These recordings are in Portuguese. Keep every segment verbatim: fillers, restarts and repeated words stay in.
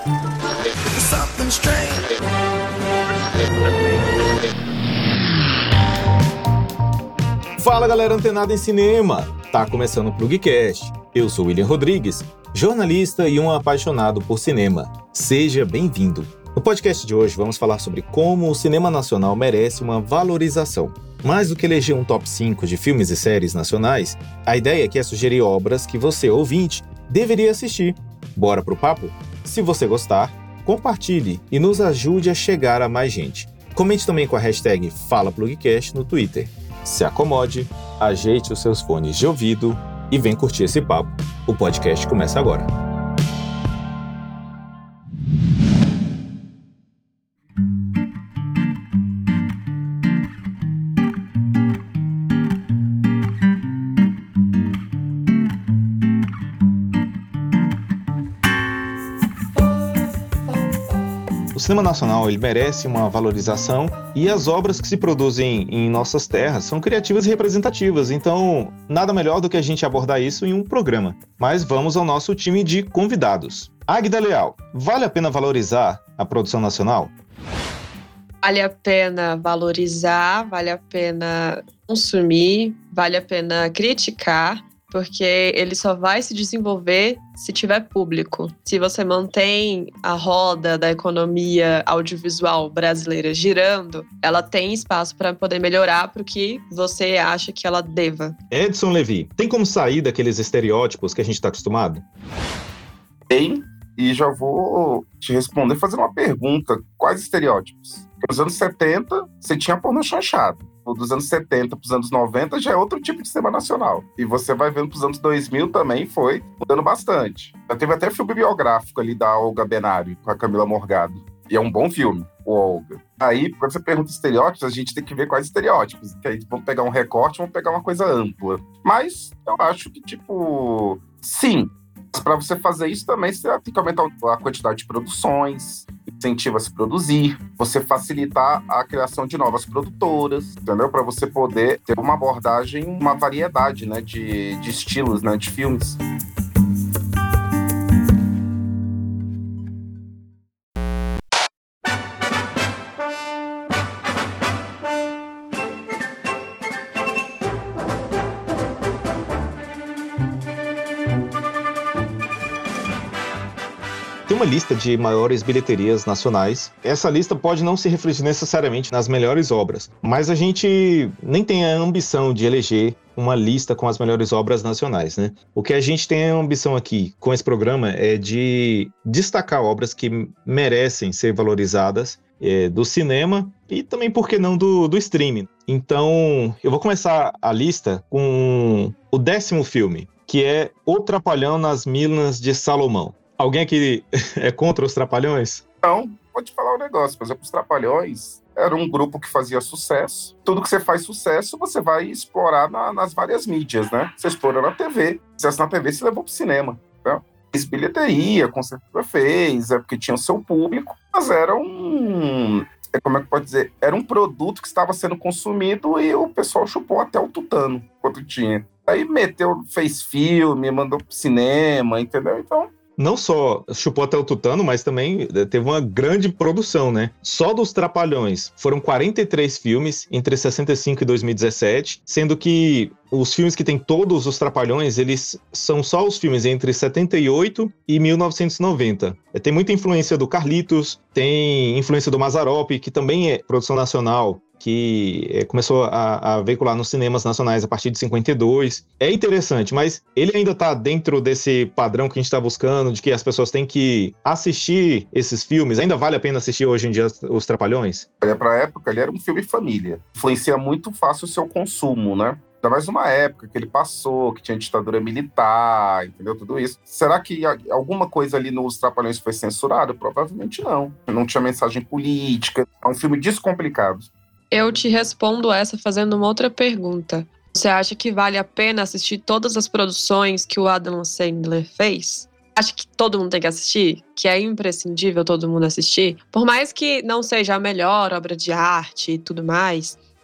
Something strange. Fala galera antenada em cinema, tá começando o Plugcast. Eu sou William Rodrigues, jornalista e um apaixonado por cinema. Seja bem-vindo. No podcast de hoje vamos falar sobre como o cinema nacional merece uma valorização. Mais do que eleger um top cinco de filmes e séries nacionais, a ideia aqui é sugerir obras que você, ouvinte, deveria assistir. Bora pro papo? Se você gostar, compartilhe e nos ajude a chegar a mais gente. Comente também com a hashtag FalaPlugcast no Twitter. Se acomode, ajeite os seus fones de ouvido e vem curtir esse papo. O podcast começa agora. O cinema nacional ele merece uma valorização e as obras que se produzem em nossas terras são criativas e representativas, então nada melhor do que a gente abordar isso em um programa. Mas vamos ao nosso time de convidados. Águida Leal, vale a pena valorizar a produção nacional? Vale a pena valorizar, vale a pena consumir, vale a pena criticar, porque ele só vai se desenvolver se tiver público. Se você mantém a roda da economia audiovisual brasileira girando, ela tem espaço para poder melhorar para o que você acha que ela deva. Edson Levi, tem como sair daqueles estereótipos que a gente está acostumado? Tem, e já vou te responder fazendo uma pergunta. Quais estereótipos? Nos anos setenta, você tinha pornô chanchado. Dos anos setenta para os anos noventa já é outro tipo de cinema nacional. E você vai vendo para os anos dois mil também foi mudando bastante. Já teve até filme biográfico ali da Olga Benário com a Camila Morgado. E é um bom filme, o Olga. Aí, quando você pergunta estereótipos, a gente tem que ver quais estereótipos. Que aí vamos pegar um recorte, vamos pegar uma coisa ampla. Mas eu acho que, tipo, sim. Para você fazer isso também, você tem que aumentar a quantidade de produções, incentiva a se produzir, você facilitar a criação de novas produtoras, entendeu? Para você poder ter uma abordagem, uma variedade, né, de, de estilos, né, de filmes. Tem uma lista de maiores bilheterias nacionais. Essa lista pode não se refletir necessariamente nas melhores obras, mas a gente nem tem a ambição de eleger uma lista com as melhores obras nacionais, né? O que a gente tem a ambição aqui com esse programa é de destacar obras que merecem ser valorizadas é, do cinema e também, por que não, do, do streaming. Então, eu vou começar a lista com o décimo filme, que é O Trapalhão nas Minas de Salomão. Alguém aqui é contra os Trapalhões? Não, vou te falar um negócio. Por exemplo, os Trapalhões era um grupo que fazia sucesso. Tudo que você faz sucesso, você vai explorar na, nas várias mídias, né? Você explora na T V. Sucesso na T V, você levou pro cinema. Né? Fez bilheteria, com certeza fez, é porque tinha o seu público. Mas era um... Como é que pode dizer? Era um produto que estava sendo consumido e o pessoal chupou até o tutano, quanto tinha. Aí meteu, fez filme, mandou pro cinema, entendeu? Então... Não só chupou até o tutano, mas também teve uma grande produção, né? Só dos Trapalhões foram quarenta e três filmes entre sessenta e cinco e dois mil e dezessete, sendo que os filmes que tem todos os Trapalhões, eles são só os filmes entre setenta e oito e mil novecentos e noventa. Tem muita influência do Carlitos, tem influência do Mazzaropi, que também é produção nacional, que é, começou a, a veicular nos cinemas nacionais a partir de cinquenta e dois. É interessante, mas ele ainda está dentro desse padrão que a gente está buscando, de que as pessoas têm que assistir esses filmes. Ainda vale a pena assistir hoje em dia os Trapalhões? Olha, para a época, ele era um filme família. Influencia muito fácil o seu consumo, né? Ainda mais numa época que ele passou, que tinha ditadura militar, entendeu? Tudo isso. Será que alguma coisa ali nos Trapalhões foi censurada? Provavelmente não. Não tinha mensagem política. É um filme descomplicado. Eu te respondo essa fazendo uma outra pergunta. Você acha que vale a pena assistir todas as produções que o Adam Sandler fez? Acha que todo mundo tem que assistir? Que é imprescindível todo mundo assistir? Por mais que não seja a melhor obra de arte e tudo mais,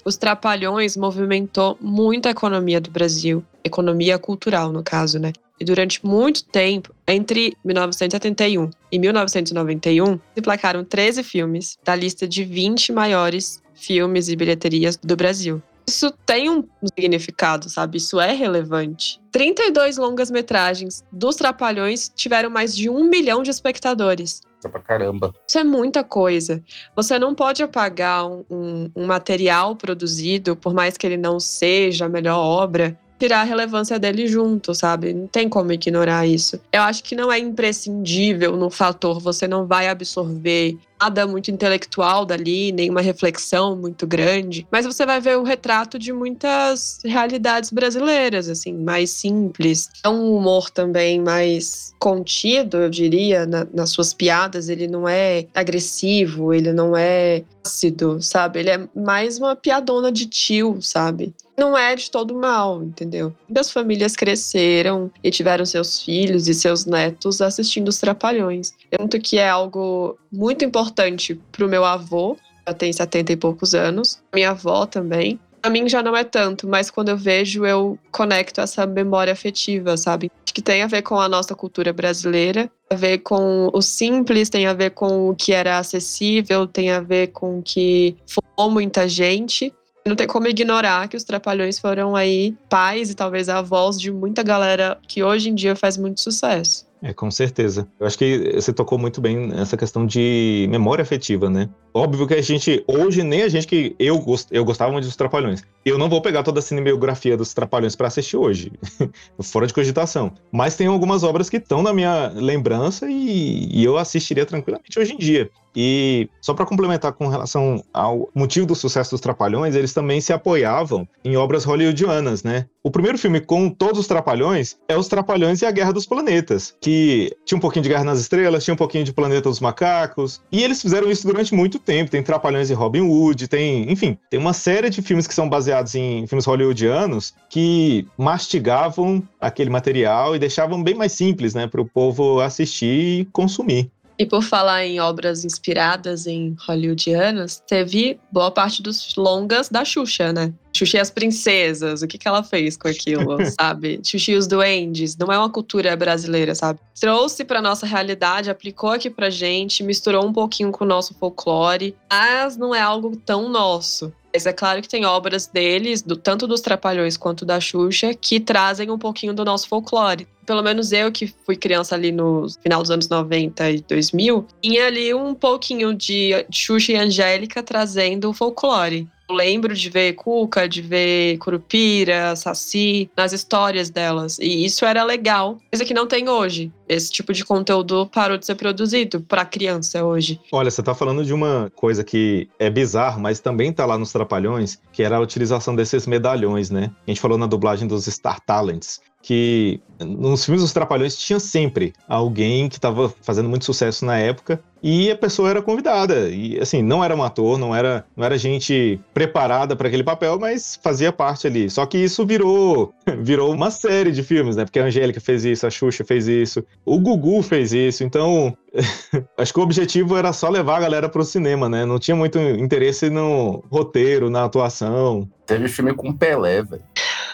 Os Trapalhões movimentou muito a economia do Brasil, economia cultural, no caso, né? E durante muito tempo, entre mil novecentos e setenta e um e mil novecentos e noventa e um, se emplacaram treze filmes da lista de vinte maiores filmes e bilheterias do Brasil. Isso tem um significado, sabe? Isso é relevante. trinta e dois longas-metragens dos Trapalhões tiveram mais de um milhão de espectadores. Isso é pra caramba. Isso é muita coisa. Você não pode apagar um, um, um material produzido, por mais que ele não seja a melhor obra, tirar a relevância dele junto, sabe? Não tem como ignorar isso. Eu acho que não é imprescindível no fator, você não vai absorver nada muito intelectual dali, nenhuma reflexão muito grande, mas você vai ver o retrato de muitas realidades brasileiras, assim, mais simples. É um humor também mais contido, eu diria, na, nas suas piadas. Ele não é agressivo, ele não é ácido, sabe? Ele é mais uma piadona de tio, sabe? Não é de todo mal, entendeu? Muitas famílias cresceram e tiveram seus filhos e seus netos assistindo os Trapalhões. Eu sinto que é algo muito importante pro meu avô, já tem setenta e poucos anos, minha avó também. Pra mim já não é tanto, mas quando eu vejo, eu conecto essa memória afetiva, sabe? Acho que tem a ver com a nossa cultura brasileira, tem a ver com o simples, tem a ver com o que era acessível, tem a ver com o que formou muita gente. Não tem como ignorar que os Trapalhões foram aí pais e talvez avós de muita galera que hoje em dia faz muito sucesso. É, com certeza. Eu acho que você tocou muito bem nessa questão de memória afetiva, né? Óbvio que a gente, hoje, nem a gente que eu, gost, eu gostava muito dos Trapalhões. Eu não vou pegar toda a cinebiografia dos Trapalhões pra assistir hoje, fora de cogitação. Mas tem algumas obras que estão na minha lembrança e, e eu assistiria tranquilamente hoje em dia. E só para complementar com relação ao motivo do sucesso dos Trapalhões, eles também se apoiavam em obras hollywoodianas, né? O primeiro filme com todos os Trapalhões é Os Trapalhões e a Guerra dos Planetas, que tinha um pouquinho de Guerra nas Estrelas, tinha um pouquinho de Planeta dos Macacos, e eles fizeram isso durante muito tempo. Tem Trapalhões e Robin Hood, tem, enfim, tem uma série de filmes que são baseados em filmes hollywoodianos que mastigavam aquele material e deixavam bem mais simples, né, para o povo assistir e consumir. E por falar em obras inspiradas em hollywoodianas, teve boa parte dos longas da Xuxa, né? Xuxa e as Princesas, o que que ela fez com aquilo, sabe? Xuxa e os Duendes, não é uma cultura brasileira, sabe? Trouxe pra nossa realidade, aplicou aqui pra gente, misturou um pouquinho com o nosso folclore, mas não é algo tão nosso. Mas é claro que tem obras deles, do, tanto dos Trapalhões quanto da Xuxa, que trazem um pouquinho do nosso folclore. Pelo menos eu, que fui criança ali no final dos anos noventa e dois mil, tinha ali um pouquinho de Xuxa e Angélica trazendo o folclore. Eu lembro de ver Cuca, de ver Curupira, Saci, nas histórias delas. E isso era legal, coisa que não tem hoje. Esse tipo de conteúdo parou de ser produzido para criança hoje. Olha, você tá falando de uma coisa que é bizarro, mas também tá lá nos Trapalhões, que era a utilização desses medalhões, né? A gente falou na dublagem dos Star Talents, que nos filmes dos Trapalhões tinha sempre alguém que estava fazendo muito sucesso na época e a pessoa era convidada. E assim, não era um ator, não era, não era gente preparada para aquele papel, mas fazia parte ali. Só que isso virou, virou uma série de filmes, né? Porque a Angélica fez isso, a Xuxa fez isso, o Gugu fez isso. Então, acho que o objetivo era só levar a galera pro cinema, né? Não tinha muito interesse no roteiro, na atuação. Teve filme com Pelé, velho.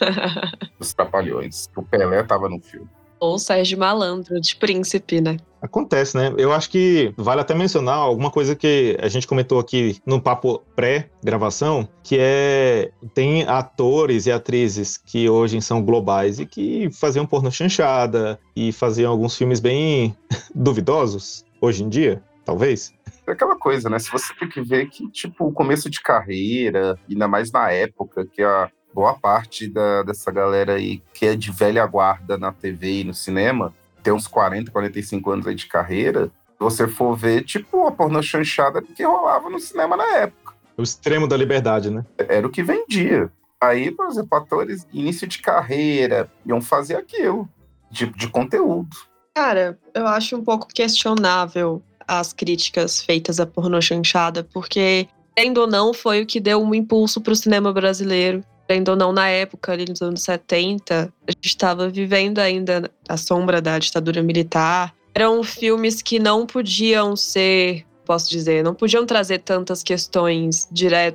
Os Trapalhões. O Pelé tava no filme. Ou Sérgio Malandro, de Príncipe, né? Acontece, né? Eu acho que vale até mencionar alguma coisa que a gente comentou aqui no papo pré-gravação, que é... tem atores e atrizes que hoje são globais e que faziam porno chanchada e faziam alguns filmes bem duvidosos, hoje em dia, talvez. É aquela coisa, né? Se você tem que ver que, tipo, o começo de carreira, ainda mais na época que a boa parte da, dessa galera aí que é de velha guarda na T V e no cinema, tem uns quarenta, quarenta e cinco anos aí de carreira, se você for ver, tipo, a porno chanchada que rolava no cinema na época. O extremo da liberdade, né? Era o que vendia. Aí, por exemplo, atores início de carreira iam fazer aquilo, tipo de conteúdo. Cara, eu acho um pouco questionável as críticas feitas à porno chanchada, porque, tendo ou não, foi o que deu um impulso pro cinema brasileiro. Tendo ou não, na época, ali nos anos setenta, a gente estava vivendo ainda a sombra da ditadura militar. Eram filmes que não podiam ser, posso dizer, não podiam trazer tantas questões diretas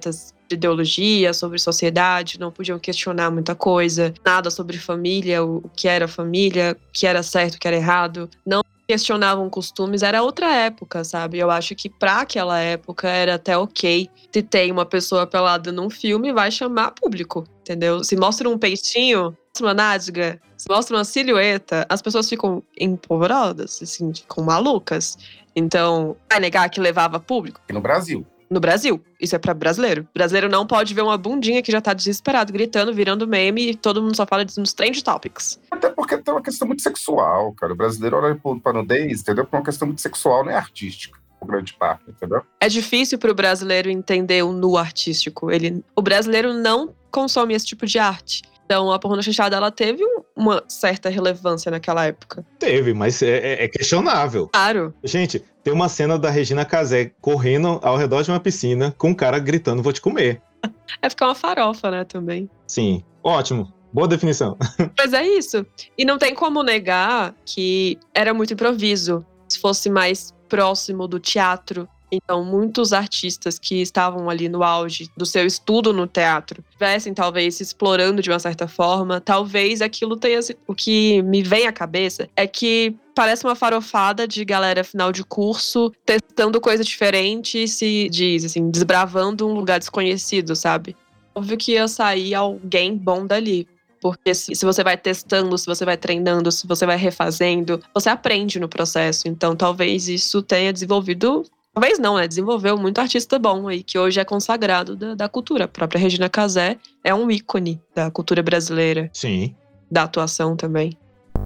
ideologia, sobre sociedade, não podiam questionar muita coisa, nada sobre família, o que era família, o que era certo, o que era errado, não questionavam costumes, era outra época, sabe? Eu acho que pra aquela época era até ok. Se tem uma pessoa pelada num filme, vai chamar público, entendeu? Se mostra um peitinho, mostra uma nádega, se mostra uma silhueta, as pessoas ficam empolvorodas, assim, ficam malucas. Então, vai negar que levava público? E no Brasil. No Brasil. Isso é pra brasileiro. Brasileiro não pode ver uma bundinha que já tá desesperado, gritando, virando meme, e todo mundo só fala disso nos trend topics. Até porque tem uma questão muito sexual, cara. O brasileiro olha pra nudez, entendeu? Por uma questão muito sexual, não é artística, por grande parte, entendeu? É difícil pro brasileiro entender o nu artístico. Ele, o brasileiro não consome esse tipo de arte. Então, a pornô chanchada, ela teve um, uma certa relevância naquela época. Teve, mas é, é questionável. Claro. Gente, tem uma cena da Regina Casé correndo ao redor de uma piscina com um cara gritando, vou te comer. É ficar uma farofa, né, também. Sim, ótimo. Boa definição. Mas é isso. E não tem como negar que era muito improviso. Se fosse mais próximo do teatro, então muitos artistas que estavam ali no auge do seu estudo no teatro estivessem talvez se explorando de uma certa forma, talvez aquilo tenha... O que me vem à cabeça é que parece uma farofada de galera final de curso, testando coisa diferente, se diz assim, desbravando um lugar desconhecido, sabe? Óbvio que ia sair alguém bom dali. Porque se, se você vai testando, se você vai treinando, se você vai refazendo, você aprende no processo. Então talvez isso tenha desenvolvido... Talvez não, né? Desenvolveu muito artista bom aí, que hoje é consagrado da, da cultura. A própria Regina Casé é um ícone da cultura brasileira. Sim. Da atuação também.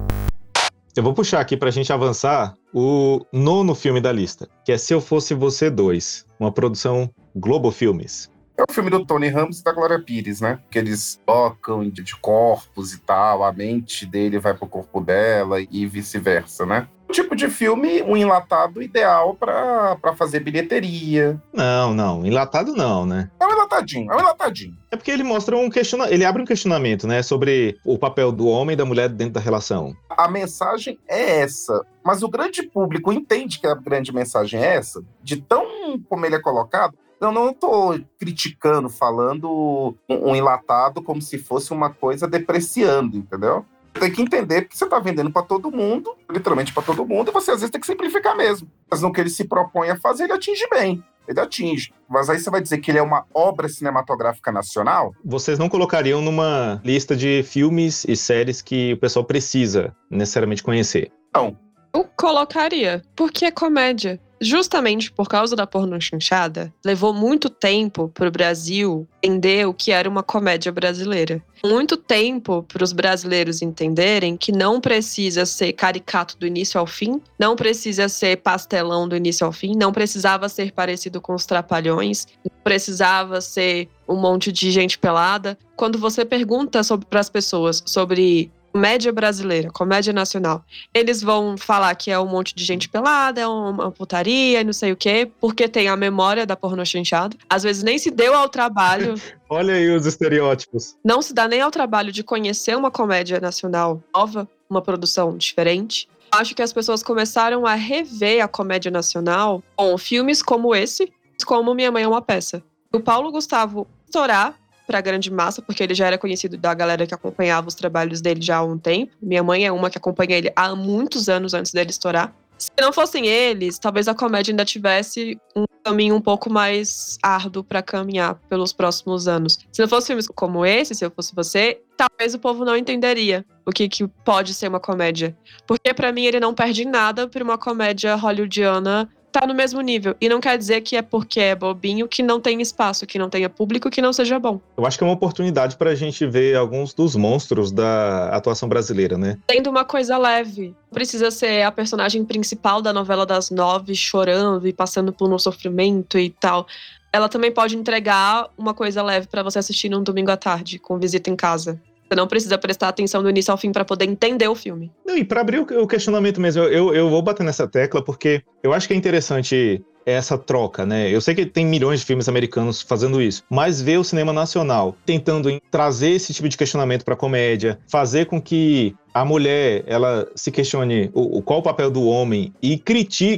Eu vou puxar aqui pra gente avançar o nono filme da lista, que é Se Eu Fosse Você dois, uma produção Globo Filmes. É o filme do Tony Ramos e da Glória Pires, né? Que eles tocam de corpos e tal, a mente dele vai pro corpo dela e vice-versa, né? Um tipo de filme, um enlatado ideal pra, pra fazer bilheteria. Não, não, enlatado não, né? É um enlatadinho, é um enlatadinho. É porque ele mostra um questionamento, ele abre um questionamento, né, sobre o papel do homem e da mulher dentro da relação. A mensagem é essa, mas o grande público entende que a grande mensagem é essa, de tão como ele é colocado. Eu não estou criticando, falando um, um enlatado como se fosse uma coisa depreciando, entendeu? Tem que entender que você está vendendo para todo mundo, literalmente para todo mundo, e você às vezes tem que simplificar mesmo. Mas no que ele se propõe a fazer, ele atinge bem. Ele atinge. Mas aí você vai dizer que ele é uma obra cinematográfica nacional? Vocês não colocariam numa lista de filmes e séries que o pessoal precisa necessariamente conhecer? Não. Eu colocaria, porque é comédia. Justamente por causa da pornô chanchada, levou muito tempo pro Brasil entender o que era uma comédia brasileira. Muito tempo para os brasileiros entenderem que não precisa ser caricato do início ao fim, não precisa ser pastelão do início ao fim, não precisava ser parecido com os Trapalhões, não precisava ser um monte de gente pelada. Quando você pergunta para as pessoas sobre comédia brasileira, comédia nacional, eles vão falar que é um monte de gente pelada, é uma putaria e não sei o quê, porque tem a memória da pornô chanchada. Às vezes nem se deu ao trabalho... Olha aí os estereótipos. Não se dá nem ao trabalho de conhecer uma comédia nacional nova, uma produção diferente. Acho que as pessoas começaram a rever a comédia nacional com filmes como esse, como Minha Mãe é uma Peça. O Paulo Gustavo estourar para a grande massa, porque ele já era conhecido da galera que acompanhava os trabalhos dele já há um tempo. Minha mãe é uma que acompanha ele há muitos anos antes dele estourar. Se não fossem eles, talvez a comédia ainda tivesse um caminho um pouco mais árduo para caminhar pelos próximos anos. Se não fosse filmes como esse, Se Eu Fosse Você, talvez o povo não entenderia o que, que pode ser uma comédia. Porque para mim ele não perde nada por uma comédia hollywoodiana tá no mesmo nível. E não quer dizer que é porque é bobinho que não tem espaço, que não tenha público, que não seja bom. Eu acho que é uma oportunidade pra gente ver alguns dos monstros da atuação brasileira, né? Tendo uma coisa leve. Não precisa ser a personagem principal da novela das nove chorando e passando por um sofrimento e tal. Ela também pode entregar uma coisa leve pra você assistir num domingo à tarde, com visita em casa. Você não precisa prestar atenção do início ao fim para poder entender o filme. Não, e para abrir o questionamento mesmo, eu, eu vou bater nessa tecla porque eu acho que é interessante essa troca, né? Eu sei que tem milhões de filmes americanos fazendo isso, mas ver o cinema nacional tentando trazer esse tipo de questionamento para a comédia, fazer com que a mulher ela se questione o, o, qual o papel do homem e critique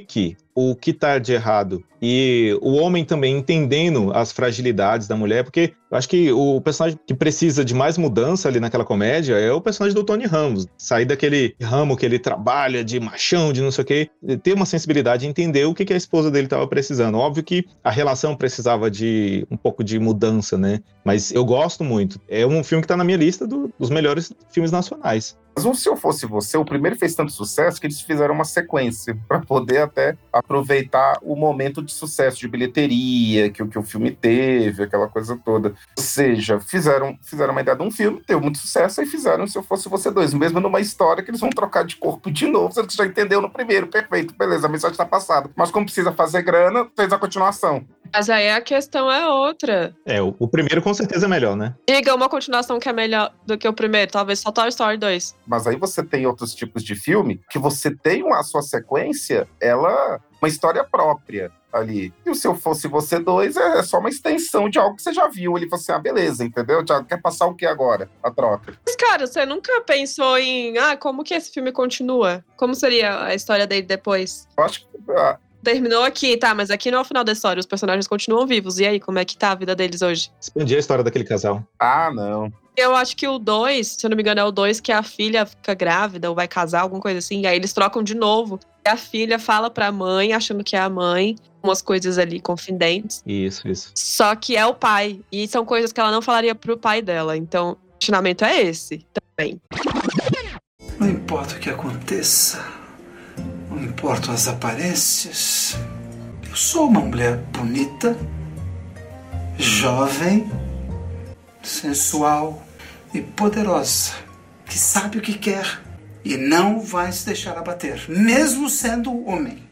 o que tá de errado e o homem também entendendo as fragilidades da mulher, porque eu acho que o personagem que precisa de mais mudança ali naquela comédia é o personagem do Tony Ramos. Sair daquele ramo que ele trabalha de machão, de não sei o quê, ter uma sensibilidade e entender o que, que a esposa dele estava precisando. Óbvio que a relação precisava de um pouco de mudança, né? Mas eu gosto muito. É um filme que tá na minha lista do, dos melhores filmes nacionais. Mas o Se Eu Fosse Você, o primeiro fez tanto sucesso que eles fizeram uma sequência para poder até aproveitar o momento de sucesso de bilheteria que, que o filme teve, aquela coisa toda. Ou seja, fizeram, fizeram uma ideia de um filme, teve muito sucesso, e fizeram Se Eu Fosse Você dois, mesmo numa história que eles vão trocar de corpo de novo, sendo que você já entendeu no primeiro, perfeito, beleza, a mensagem está passada. Mas como precisa fazer grana, fez a continuação. Mas aí a questão é outra. É, o, o primeiro com certeza é melhor, né? Diga uma continuação que é melhor do que o primeiro, talvez só Toy Story dois. Mas aí você tem outros tipos de filme que você tem uma, a sua sequência, ela uma história própria ali. E o Se Eu Fosse Você dois é só uma extensão de algo que você já viu. Ele falou assim, ah, beleza, entendeu? Já quer passar o que agora? A troca. Mas, cara, você nunca pensou em, ah, como que esse filme continua? Como seria a história dele depois? Eu acho que... Ah, terminou aqui, tá, mas aqui não é o final da história, os personagens continuam vivos. E aí, como é que tá a vida deles hoje? Expandir a história daquele casal. Ah, não. Eu acho que o dois, se eu não me engano, é o dois que a filha fica grávida ou vai casar, alguma coisa assim. E aí eles trocam de novo. E a filha fala pra mãe, achando que é a mãe, umas coisas ali confidentes. Isso, isso. Só que é o pai. E são coisas que ela não falaria pro pai dela. Então, o questionamento é esse também. Não importa o que aconteça, não importam as aparências, eu sou uma mulher bonita, jovem, sensual e poderosa, que sabe o que quer e não vai se deixar abater, mesmo sendo homem.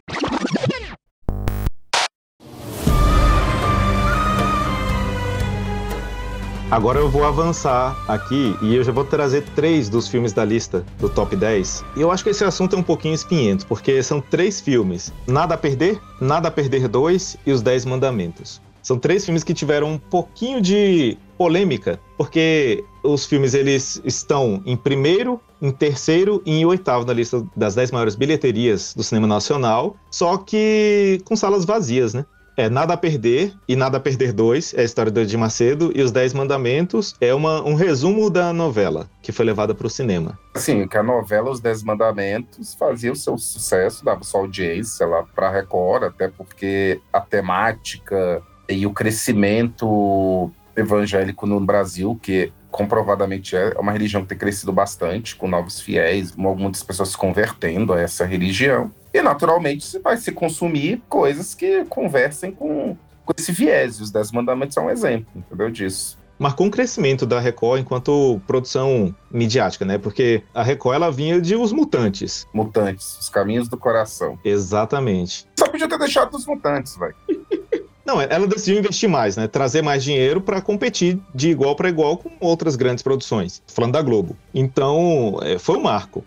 Agora eu vou avançar aqui e eu já vou trazer três dos filmes da lista do top dez. E eu acho que esse assunto é um pouquinho espinhento, porque são três filmes. Nada a Perder, Nada a Perder dois e Os Dez Mandamentos. São três filmes que tiveram um pouquinho de polêmica, porque os filmes eles estão em primeiro, em terceiro e em oitavo na lista das dez maiores bilheterias do cinema nacional, só que com salas vazias, né? É Nada a Perder e Nada a Perder dois, é a história do Edir Macedo, e Os Dez Mandamentos é uma, um resumo da novela, que foi levada para o cinema. Sim, que a novela Os Dez Mandamentos fazia o seu sucesso, dava sua audiência lá para a Record, até porque a temática e o crescimento evangélico no Brasil, que comprovadamente é uma religião que tem crescido bastante, com novos fiéis, muitas pessoas se convertendo a essa religião. E, naturalmente, você vai se consumir coisas que conversem com, com esse viés. Os Dez Mandamentos são um exemplo, entendeu, disso. Marcou um crescimento da Record enquanto produção midiática, né? Porque a Record, ela vinha de Os Mutantes. Mutantes, Os Caminhos do Coração. Exatamente. Só podia ter deixado Os Mutantes, velho. Não, ela decidiu investir mais, né? Trazer mais dinheiro para competir de igual para igual com outras grandes produções. Falando da Globo. Então, é, foi um marco.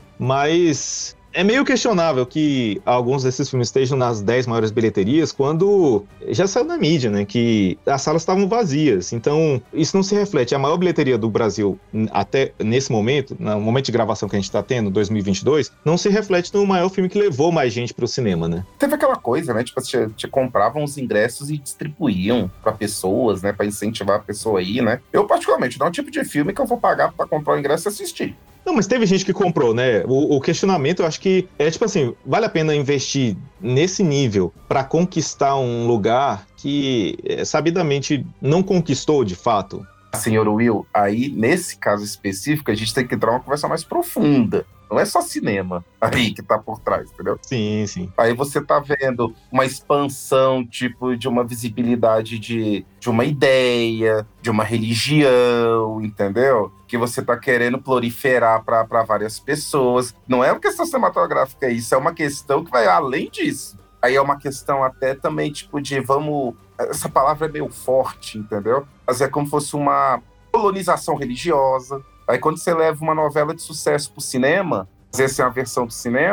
Mas é meio questionável que alguns desses filmes estejam nas dez maiores bilheterias quando já saiu na mídia, né? Que as salas estavam vazias. Então, isso não se reflete. A maior bilheteria do Brasil, até nesse momento, no momento de gravação que a gente está tendo, dois mil e vinte e dois, não se reflete no maior filme que levou mais gente pro cinema, né? Teve aquela coisa, né? Tipo, te, te compravam os ingressos e distribuíam para pessoas, né? Para incentivar a pessoa a ir, né? Eu, particularmente, não é um tipo de filme que eu vou pagar para comprar o ingresso e assistir. Não, mas teve gente que comprou, né? O, o questionamento, eu acho que é tipo assim, vale a pena investir nesse nível para conquistar um lugar que é, sabidamente não conquistou de fato? Senhor Will, aí nesse caso específico a gente tem que entrar uma conversa mais profunda. Não é só cinema aí que tá por trás, entendeu? Sim, sim. Aí você tá vendo uma expansão, tipo, de uma visibilidade de, de uma ideia, de uma religião, entendeu? Que você tá querendo proliferar para várias pessoas. Não é uma questão cinematográfica isso, é uma questão que vai além disso. Aí é uma questão até também, tipo, de vamos... Essa palavra é meio forte, entendeu? Mas é como se fosse uma colonização religiosa. Aí quando você leva uma novela de sucesso pro cinema, fazer assim uma versão do cinema,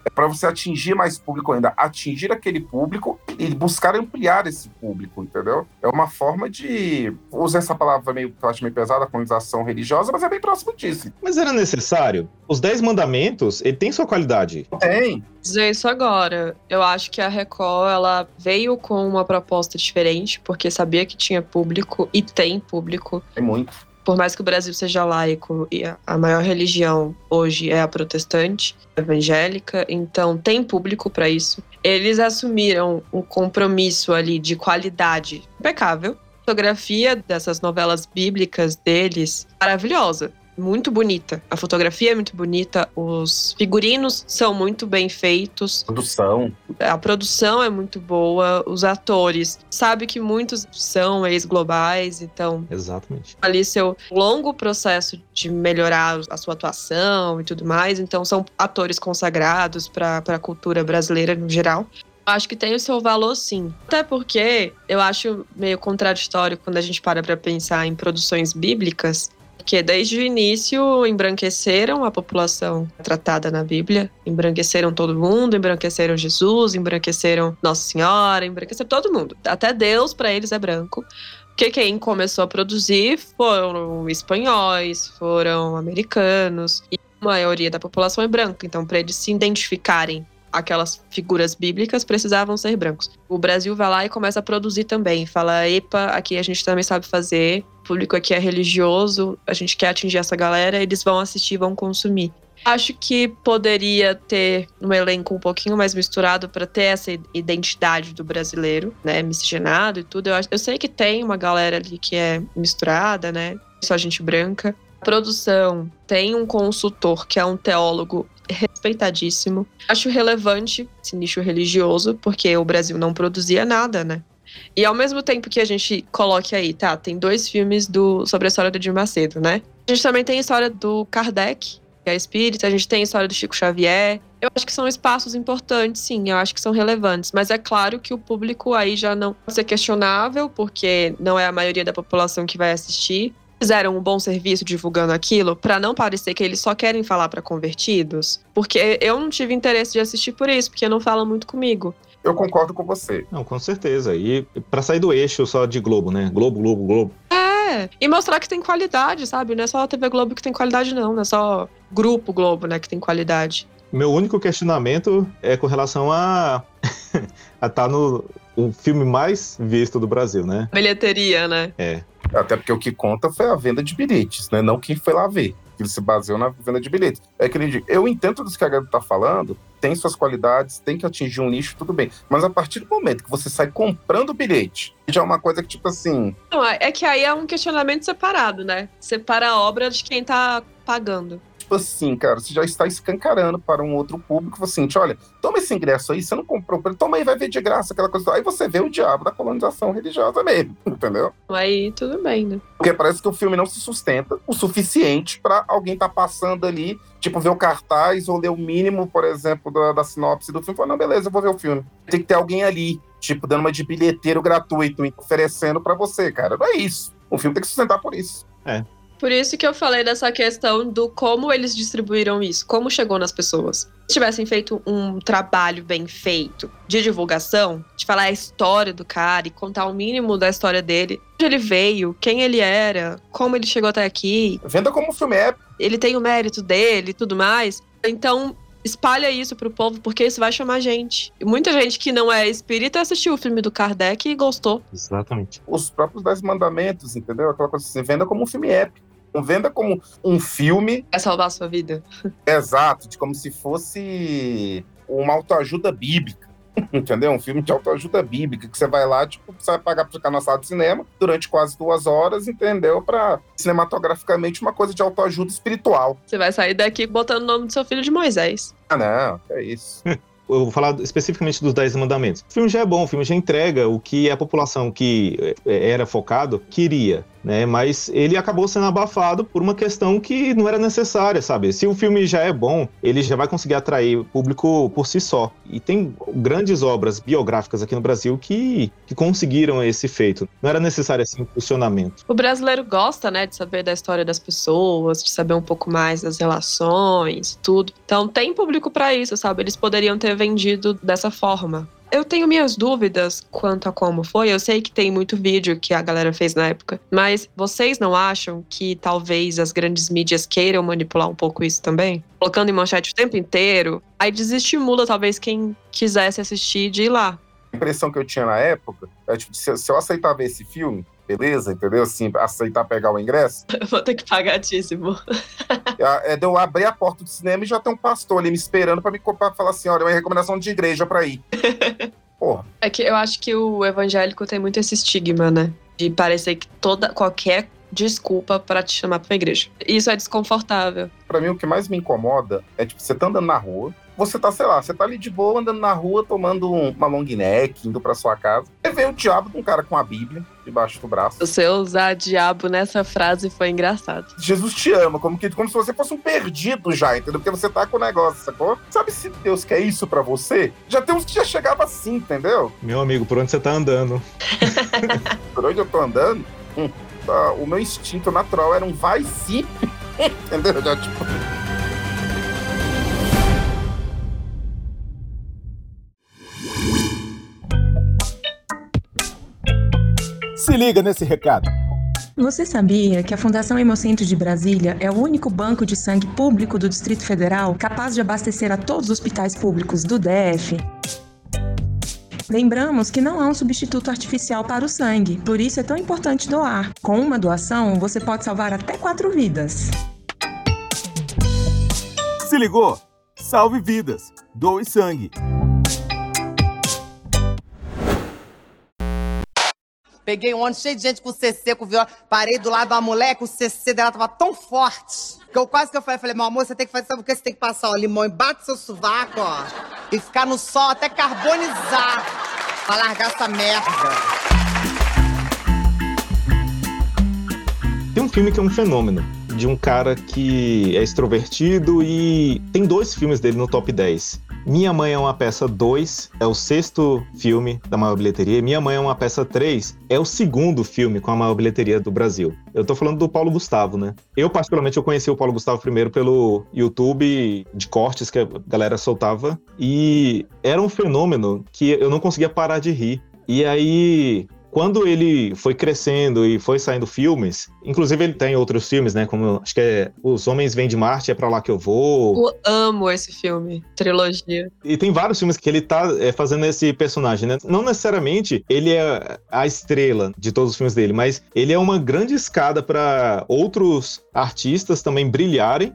É para você atingir mais público ainda, atingir aquele público e buscar ampliar esse público, entendeu? É uma forma de... Vou usar essa palavra meio, que eu acho meio pesada, colonização religiosa, mas é bem próximo disso. Mas era necessário? Os Dez Mandamentos, ele tem sua qualidade. Tem. Dizer isso agora. Eu acho que a Record, ela veio com uma proposta diferente, porque sabia que tinha público e tem público. Tem muito. Por mais que o Brasil seja laico e a maior religião hoje é a protestante, evangélica, então tem público para isso. Eles assumiram um compromisso ali de qualidade impecável. A fotografia dessas novelas bíblicas deles, maravilhosa. Muito bonita. A fotografia é muito bonita, os figurinos são muito bem feitos. Produção. A produção é muito boa, os atores. Sabe que muitos são ex-globais, então... Exatamente. Ali seu longo processo de melhorar a sua atuação e tudo mais. Então são atores consagrados para a cultura brasileira no geral. Acho que tem o seu valor, sim. Até porque eu acho meio contraditório quando a gente para para pensar em produções bíblicas, porque desde o início embranqueceram a população tratada na Bíblia, embranqueceram todo mundo, embranqueceram Jesus, embranqueceram Nossa Senhora, embranqueceram todo mundo. Até Deus, para eles, é branco. Porque quem começou a produzir foram espanhóis, foram americanos, e a maioria da população é branca. Então, para eles se identificarem aquelas figuras bíblicas, precisavam ser brancos. O Brasil vai lá e começa a produzir também. Fala, epa, aqui a gente também sabe fazer, o público aqui é religioso, a gente quer atingir essa galera, eles vão assistir, vão consumir. Acho que poderia ter um elenco um pouquinho mais misturado para ter essa identidade do brasileiro, né, miscigenado e tudo. Eu, acho, eu sei que tem uma galera ali que é misturada, né, só gente branca. A produção tem um consultor que é um teólogo respeitadíssimo. Acho relevante esse nicho religioso, porque o Brasil não produzia nada, né? E ao mesmo tempo que a gente coloque aí, tá, tem dois filmes do, sobre a história do Edir Macedo, né? A gente também tem a história do Kardec, que é espírita, a gente tem a história do Chico Xavier. Eu acho que são espaços importantes, sim, eu acho que são relevantes. Mas é claro que o público aí já não pode ser questionável, porque não é a maioria da população que vai assistir. Fizeram um bom serviço divulgando aquilo para não parecer que eles só querem falar para convertidos, porque eu não tive interesse de assistir por isso, porque não fala muito comigo. Eu concordo com você. Não, com certeza. E para sair do eixo só de Globo, né? Globo, Globo, Globo. É, e mostrar que tem qualidade, sabe? Não é só a T V Globo que tem qualidade, não. Não é só Grupo Globo, né, que tem qualidade. Meu único questionamento é com relação a a tá no o filme mais visto do Brasil, né? Bilheteria, né? É. Até porque o que conta foi a venda de bilhetes, né? Não quem foi lá ver. Ele se baseou na venda de bilhetes. É que ele diz, eu entendo tudo isso que a Gabi tá falando, tem suas qualidades, tem que atingir um nicho, tudo bem. Mas a partir do momento que você sai comprando bilhete, já é uma coisa que, tipo assim... Não, é que aí é um questionamento separado, né? Separa a obra de quem tá pagando. Tipo assim, cara, você já está escancarando para um outro público, assim, olha, toma esse ingresso aí, você não comprou, toma aí, vai ver de graça, aquela coisa. Aí você vê o diabo da colonização religiosa mesmo, entendeu? Aí tudo bem, né? Porque parece que o filme não se sustenta o suficiente para alguém tá passando ali, tipo, ver o cartaz ou ler o mínimo, por exemplo, da, da sinopse do filme, e falar, não, beleza, eu vou ver o filme. Tem que ter alguém ali, tipo, dando uma de bilheteiro gratuito, oferecendo para você, cara. Não é isso. O filme tem que sustentar por isso. É. Por isso que eu falei dessa questão do como eles distribuíram isso, como chegou nas pessoas. Se tivessem feito um trabalho bem feito de divulgação, de falar a história do cara e contar o mínimo da história dele, onde ele veio, quem ele era, como ele chegou até aqui. Venda como o filme é. Ele tem o mérito dele e tudo mais. Então, espalha isso pro povo, porque isso vai chamar gente. E muita gente que não é espírita assistiu o filme do Kardec e gostou. Exatamente. Os próprios Dez Mandamentos, entendeu? Aquela coisa assim, venda como um filme épico. Não venda como um filme... Vai salvar a sua vida. Exato, de como se fosse uma autoajuda bíblica, entendeu? Um filme de autoajuda bíblica, que você vai lá, tipo, você vai pagar pra ficar na sala de cinema durante quase duas horas, entendeu? Pra, cinematograficamente, uma coisa de autoajuda espiritual. Você vai sair daqui botando o nome do seu filho de Moisés. Ah, não, é isso. Eu vou falar especificamente dos Dez Mandamentos. O filme já é bom, o filme já entrega o que a população que era focado queria. né? Mas ele acabou sendo abafado por uma questão que não era necessária, sabe? Se o filme já é bom, ele já vai conseguir atrair o público por si só. E tem grandes obras biográficas aqui no Brasil que, que conseguiram esse feito. Não era necessário esse impulsionamento. O brasileiro gosta, né, de saber da história das pessoas, de saber um pouco mais das relações, tudo. Então tem público pra isso, sabe? Eles poderiam ter vendido dessa forma. Eu tenho minhas dúvidas quanto a como foi. Eu sei que tem muito vídeo que a galera fez na época, mas vocês não acham que talvez as grandes mídias queiram manipular um pouco isso também? Colocando em manchete o tempo inteiro, aí desestimula talvez quem quisesse assistir de ir lá. A impressão que eu tinha na época é tipo, se eu aceitar ver esse filme, beleza, entendeu? Assim, aceitar pegar o ingresso. Eu vou ter que pagar dízimo. É de eu abrir a porta do cinema e já tem um pastor ali me esperando pra me pra falar assim, olha, é uma recomendação de igreja pra ir. Porra. É que eu acho que o evangélico tem muito esse estigma, né? De parecer que toda, qualquer desculpa pra te chamar pra uma igreja. Isso é desconfortável. Pra mim, o que mais me incomoda é, tipo, você tá andando na rua, você tá, sei lá, você tá ali de boa, andando na rua, tomando uma long neck, indo pra sua casa. Aí vem o diabo com um cara com a Bíblia debaixo do braço. Você usar diabo nessa frase foi engraçado. Jesus te ama, como, que, como se você fosse um perdido já, entendeu? Porque você tá com o negócio, sacou? Sabe se Deus quer isso pra você? Já tem uns que já chegava assim, entendeu? Meu amigo, por onde você tá andando? Por onde eu tô andando? Hum, tá, o meu instinto natural era um vai sim. Entendeu? Já, tipo... Se liga nesse recado. Você sabia que a Fundação Hemocentro de Brasília é o único banco de sangue público do Distrito Federal capaz de abastecer a todos os hospitais públicos do D F? Lembramos que não há um substituto artificial para o sangue, por isso é tão importante doar. Com uma doação, você pode salvar até quatro vidas. Se ligou? Salve vidas. Doe sangue. Peguei um ônibus cheio de gente com C C, com viola. Parei do lado da mulher, que o C C dela tava tão forte. Que eu quase que eu falei, falei, meu amor, você tem que fazer, sabe o que? Você tem que passar o limão e bate seu sovaco, ó. E ficar no sol até carbonizar. Pra largar essa merda. Tem um filme que é um fenômeno, de um cara que é extrovertido e tem dois filmes dele no top dez. Minha Mãe é uma Peça dois, é o sexto filme da maior bilheteria. Minha Mãe é uma Peça três, é o segundo filme com a maior bilheteria do Brasil. Eu tô falando do Paulo Gustavo, né? Eu, particularmente, eu conheci o Paulo Gustavo primeiro pelo YouTube de cortes que a galera soltava. E era um fenômeno que eu não conseguia parar de rir. E aí... Quando ele foi crescendo e foi saindo filmes, inclusive ele tem outros filmes, né, como acho que é Os Homens Vêm de Marte, É Pra Lá Que Eu Vou. Eu amo esse filme, trilogia. E tem vários filmes que ele tá é, fazendo esse personagem, né? Não necessariamente ele é a estrela de todos os filmes dele, mas ele é uma grande escada para outros artistas também brilharem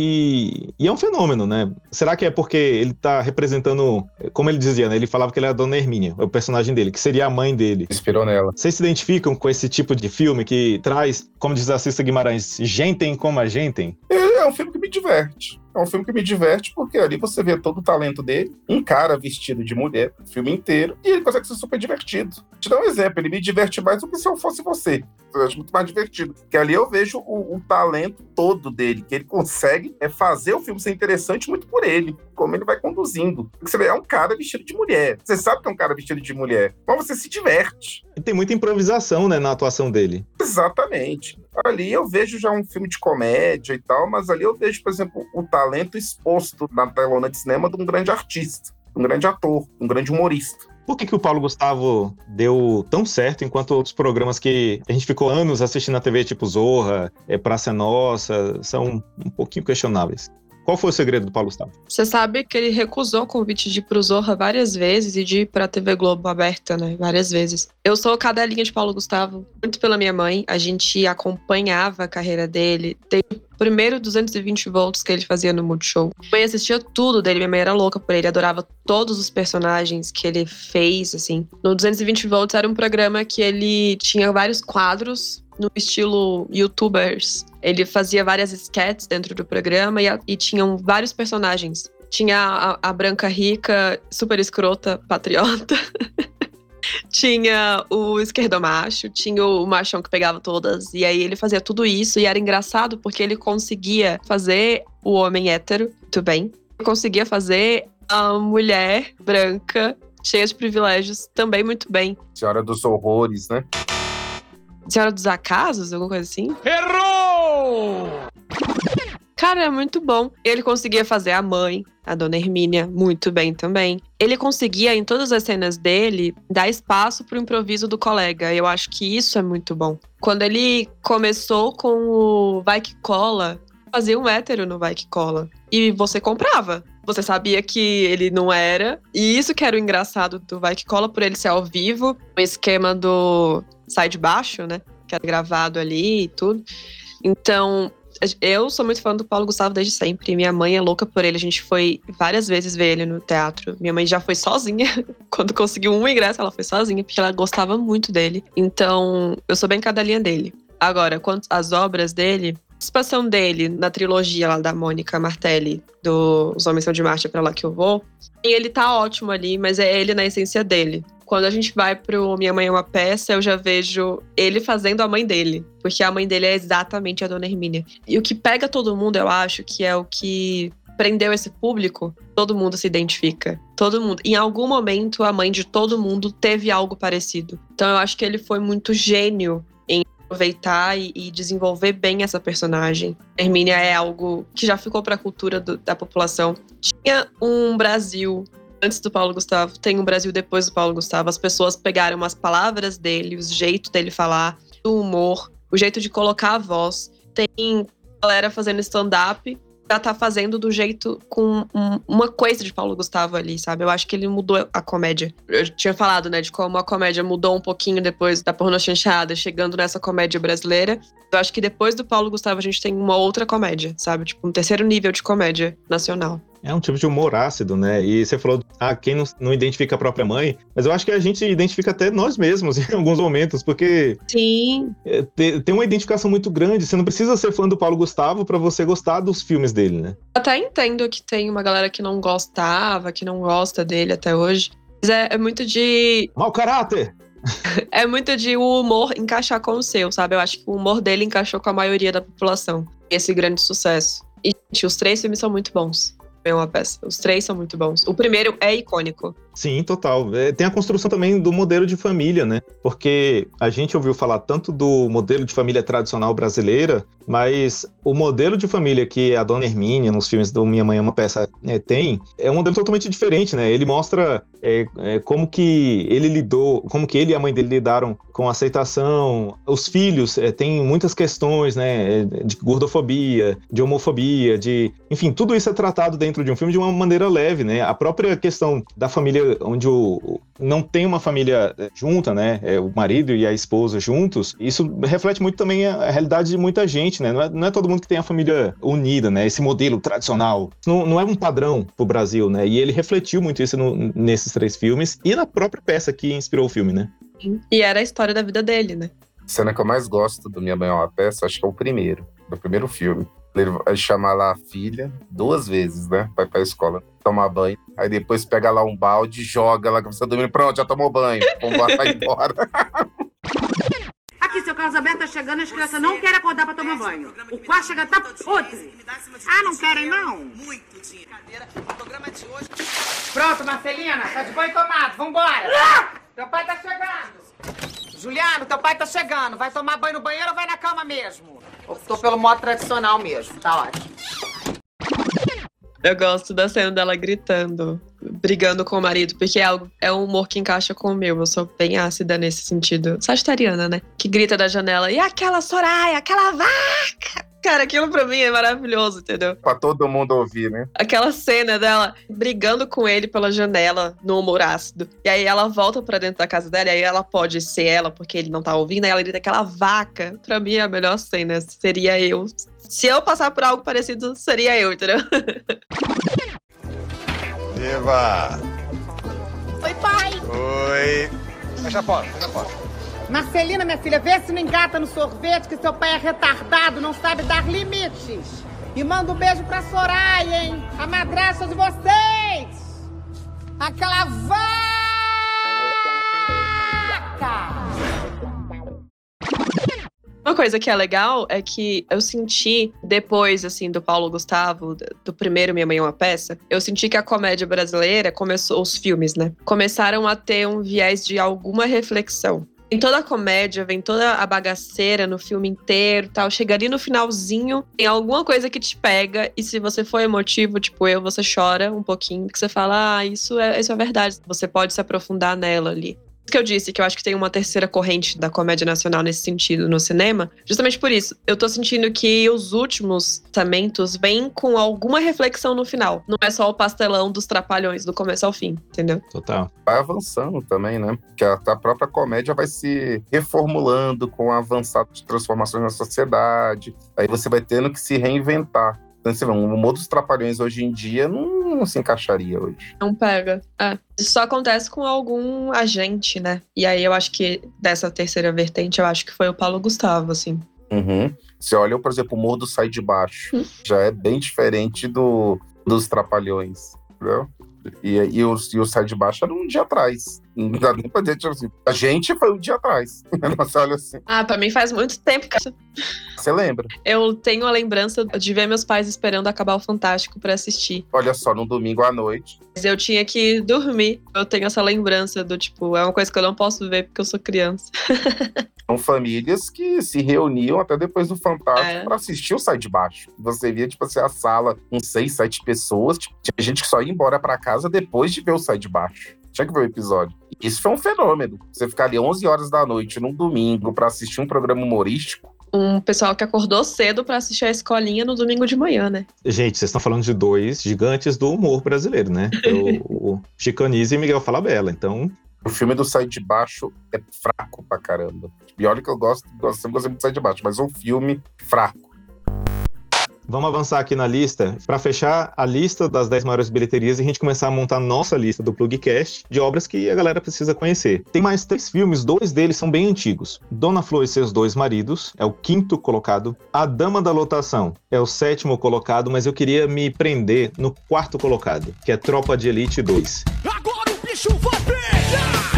e, e é um fenômeno, né? Será que é porque ele tá representando, como ele dizia, né? Ele falava que ele era a Dona Hermínia, o personagem dele, que seria a mãe dele. Inspirou nela. Vocês se identificam com esse tipo de filme que traz, como diz a Cissa Guimarães, gentem como a gentem? É um filme que me diverte. É um filme que me diverte porque ali você vê todo o talento dele, um cara vestido de mulher, o filme inteiro, e ele consegue ser super divertido. Vou te dar um exemplo, ele me diverte mais do que se eu fosse você. Eu acho muito mais divertido. Porque ali eu vejo o, o talento todo dele, que ele consegue é fazer o filme ser interessante muito por ele, como ele vai conduzindo. Porque você vê, é um cara vestido de mulher. Você sabe que é um cara vestido de mulher, mas você se diverte. E tem muita improvisação, né, na atuação dele. Exatamente. Ali eu vejo já um filme de comédia e tal, mas ali eu vejo, por exemplo, o talento exposto na telona de cinema de um grande artista, um grande ator, um grande humorista. Por que que o Paulo Gustavo deu tão certo, enquanto outros programas que a gente ficou anos assistindo na T V, tipo Zorra, é, Praça é Nossa, são um pouquinho questionáveis? Qual foi o segredo do Paulo Gustavo? Você sabe que ele recusou o convite de ir pro Zorra várias vezes e de ir pra T V Globo aberta, né? Várias vezes. Eu sou cadelinha de Paulo Gustavo, muito pela minha mãe. A gente acompanhava a carreira dele. Tem o primeiro duzentos e vinte volts que ele fazia no Multishow. Minha mãe assistia tudo dele, minha mãe era louca por ele, adorava todos os personagens que ele fez, assim. No duzentos e vinte volts era um programa que ele tinha vários quadros no estilo YouTubers. Ele fazia várias sketches dentro do programa e, e tinham vários personagens. Tinha a, a branca rica, super escrota, patriota. tinha o esquerdomacho, tinha o machão que pegava todas. E aí ele fazia tudo isso. E era engraçado porque ele conseguia fazer o homem hétero, muito bem. Ele conseguia fazer a mulher branca, cheia de privilégios, também muito bem. Senhora dos Horrores, né? Senhora dos Acasos, alguma coisa assim? Errou! Cara, é muito bom. Ele conseguia fazer a mãe, a Dona Hermínia, muito bem também. Ele conseguia, em todas as cenas dele, dar espaço pro improviso do colega. Eu acho que isso é muito bom. Quando ele começou com o Vai Que Cola, fazia um hétero no Vai Que Cola. E você comprava. Você sabia que ele não era. E isso que era o engraçado do Vai Que Cola, por ele ser ao vivo. O esquema do Sai de Baixo, né? Que era gravado ali e tudo. Então, eu sou muito fã do Paulo Gustavo desde sempre. Minha mãe é louca por ele. A gente foi várias vezes ver ele no teatro. Minha mãe já foi sozinha. Quando conseguiu um ingresso, ela foi sozinha, porque ela gostava muito dele. Então, eu sou bem cadelinha dele. Agora, quanto às obras dele, a participação dele na trilogia lá da Mônica Martelli, do Os Homens São de Marte, é pra lá que eu vou, e ele tá ótimo ali, mas é ele na essência dele. Quando a gente vai pro Minha Mãe é uma Peça, eu já vejo ele fazendo a mãe dele. Porque a mãe dele é exatamente a Dona Hermínia. E o que pega todo mundo, eu acho, que é o que prendeu esse público, todo mundo se identifica. Todo mundo. Em algum momento, a mãe de todo mundo teve algo parecido. Então eu acho que ele foi muito gênio em aproveitar e, e desenvolver bem essa personagem. Hermínia é algo que já ficou pra cultura do, da população. Tinha um Brasil antes do Paulo Gustavo, tem um Brasil depois do Paulo Gustavo. As pessoas pegaram as palavras dele, o jeito dele falar, o humor, o jeito de colocar a voz. Tem galera fazendo stand-up, já tá fazendo do jeito com um, uma coisa de Paulo Gustavo ali, sabe? Eu acho que ele mudou a comédia. Eu tinha falado, né, de como a comédia mudou um pouquinho depois da pornô chanchada, chegando nessa comédia brasileira. Eu acho que depois do Paulo Gustavo a gente tem uma outra comédia, sabe? Tipo, um terceiro nível de comédia nacional. É um tipo de humor ácido, né? E você falou, ah, quem não, não identifica a própria mãe, mas eu acho que a gente identifica até nós mesmos em alguns momentos, porque Sim. É, tem uma identificação muito grande. Você não precisa ser fã do Paulo Gustavo pra você gostar dos filmes dele, né? Eu até entendo que tem uma galera que não gostava, que não gosta dele até hoje. Mas é, é muito de... Mau caráter! É muito de o humor encaixar com o seu, sabe? Eu acho que o humor dele encaixou com a maioria da população. Esse grande sucesso. E, gente, os três filmes são muito bons. É uma peça. Os três são muito bons. O primeiro é icônico. Sim, total. É, tem a construção também do modelo de família, né? Porque a gente ouviu falar tanto do modelo de família tradicional brasileira, mas o modelo de família que a Dona Hermínia, nos filmes do Minha Mãe é uma Peça, é, tem, é um modelo totalmente diferente, né? Ele mostra é, é, como que ele lidou, como que ele e a mãe dele lidaram com a aceitação. Os filhos é, têm muitas questões, né? De gordofobia, de homofobia, de... Enfim, tudo isso é tratado dentro de um filme de uma maneira leve, né? A própria questão da família onde o, não tem uma família junta, né? É, o marido e a esposa juntos, isso reflete muito também a, a realidade de muita gente, né? Não é, não é todo mundo que tem a família unida, né? Esse modelo tradicional. Não, não é um padrão pro Brasil, né? E ele refletiu muito isso no, nesses três filmes e na própria peça que inspirou o filme, né? E era a história da vida dele, né? A cena que eu mais gosto do Minha Mãe é uma Peça, acho que é o primeiro, do primeiro filme. Ele vai chamar lá a filha duas vezes, né? Vai pra escola tomar banho. Aí depois pega lá um balde, joga lá, que você dormindo. Pronto, já tomou banho. Vamos lá, vai embora. Aqui, seu casamento tá chegando, as crianças não querem acordar pra tomar banho. O quarto chega tá podre. Ah, não querem, não? Pronto, Marcelina, tá de banho tomado, vambora. Teu pai tá chegando. Juliano, teu pai tá chegando. Vai tomar banho no banheiro ou vai na cama mesmo? Optou pelo modo tradicional mesmo, tá ótimo. Eu gosto da cena dela gritando, brigando com o marido, porque é, algo, é um humor que encaixa com o meu. Eu sou bem ácida nesse sentido. Sagitariana, né? Que grita da janela, e aquela Soraya, aquela vaca! Cara, aquilo pra mim é maravilhoso, entendeu? Pra todo mundo ouvir, né? Aquela cena dela brigando com ele pela janela, no humor ácido. E aí ela volta pra dentro da casa dela, e aí ela pode ser ela, porque ele não tá ouvindo, aí ela grita aquela vaca. Pra mim é a melhor cena, seria eu. Se eu passar por algo parecido, seria eu, entendeu? Viva! Oi, pai! Oi! Fecha a porta, fecha a porta. Marcelina, minha filha, vê se não engata no sorvete, que seu pai é retardado, não sabe dar limites. E manda um beijo pra Soraya, hein? A madrasta de vocês! Aquela vaca! Uma coisa que é legal é que eu senti, depois, assim, do Paulo Gustavo, do primeiro Minha Mãe é uma Peça, eu senti que a comédia brasileira começou, os filmes, né? Começaram a ter um viés de alguma reflexão. Em toda a comédia, vem toda a bagaceira no filme inteiro e tal. Chega ali no finalzinho, tem alguma coisa que te pega. E se você for emotivo, tipo eu, você chora um pouquinho. Porque você fala, ah, isso é, isso é verdade. Você pode se aprofundar nela ali. Isso que eu disse, que eu acho que tem uma terceira corrente da comédia nacional nesse sentido no cinema. Justamente por isso. Eu tô sentindo que os últimos lançamentos vêm com alguma reflexão no final. Não é só o pastelão dos trapalhões do começo ao fim, entendeu? Total. Vai avançando também, né? Porque a, a própria comédia vai se reformulando com o avançado de transformações na sociedade. Aí você vai tendo que se reinventar. Então, você vê, o humor dos trapalhões hoje em dia não, não se encaixaria hoje. Não pega. É. Isso só acontece com algum agente, né? E aí eu acho que dessa terceira vertente, eu acho que foi o Paulo Gustavo, assim. Uhum. Você olha, por exemplo, o humor do Sai de Baixo. Hum. Já é bem diferente do, dos trapalhões, entendeu? E, e, o, e o Sai de Baixo era um dia atrás. Não dá nem pra dizer, tipo assim, a gente foi um dia atrás. Você olha assim. Ah, pra mim faz muito tempo, cara. Você lembra? Eu tenho a lembrança de ver meus pais esperando acabar o Fantástico pra assistir. Olha só, no domingo à noite. Mas eu tinha que dormir. Eu tenho essa lembrança do tipo, é uma coisa que eu não posso ver porque eu sou criança. São famílias que se reuniam até depois do Fantástico é. pra assistir o Sai de Baixo. Você via, tipo assim, a sala com seis, sete pessoas. Tipo, tinha gente que só ia embora pra casa depois de ver o Sai de Baixo. Tinha que ver o episódio. Isso foi um fenômeno. Você ficar ali onze horas da noite, num domingo, pra assistir um programa humorístico. Um pessoal que acordou cedo pra assistir a escolinha no domingo de manhã, né? Gente, vocês estão falando de dois gigantes do humor brasileiro, né? O, o Chico Anísio e Miguel Falabella, então... O filme do Sai de Baixo é fraco pra caramba. E olha que eu gosto, gosto sempre gostei muito do Sai de Baixo, mas o filme, fraco. Vamos avançar aqui na lista para fechar a lista das dez maiores bilheterias e a gente começar a montar a nossa lista do Plugcast de obras que a galera precisa conhecer. Tem mais três filmes, dois deles são bem antigos. Dona Flor e seus dois maridos é o quinto colocado. A Dama da Lotação é o sétimo colocado, mas eu queria me prender no quarto colocado, que é Tropa de Elite dois. Agora o bicho vai pegar!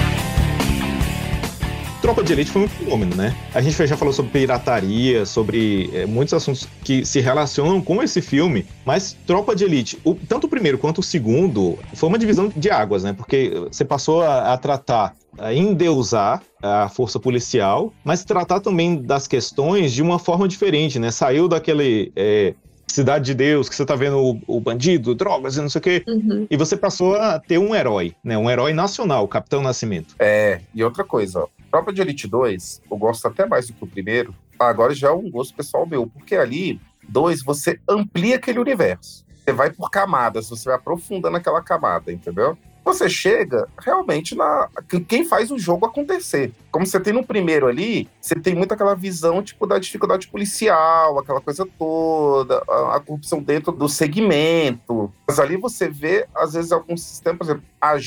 Tropa de Elite foi um fenômeno, né? A gente já falou sobre pirataria, sobre é, muitos assuntos que se relacionam com esse filme, mas Tropa de Elite, o, tanto o primeiro quanto o segundo, foi uma divisão de águas, né? Porque você passou a, a tratar, a endeusar a força policial, mas tratar também das questões de uma forma diferente, né? Saiu daquele... É, Cidade de Deus, que você tá vendo o, o bandido, drogas e não sei o quê. Uhum. E você passou a ter um herói, né? Um herói nacional, o Capitão Nascimento. É, e outra coisa, ó. Tropa de Elite dois, eu gosto até mais do que o primeiro. Agora já é um gosto pessoal meu, porque ali, dois, você amplia aquele universo. Você vai por camadas, você vai aprofundando aquela camada, entendeu? Você chega realmente na... quem faz o jogo acontecer. Como você tem no primeiro ali, você tem muito aquela visão, tipo, da dificuldade policial, aquela coisa toda, a, a corrupção dentro do segmento. Mas ali você vê, às vezes, alguns sistemas, por exemplo,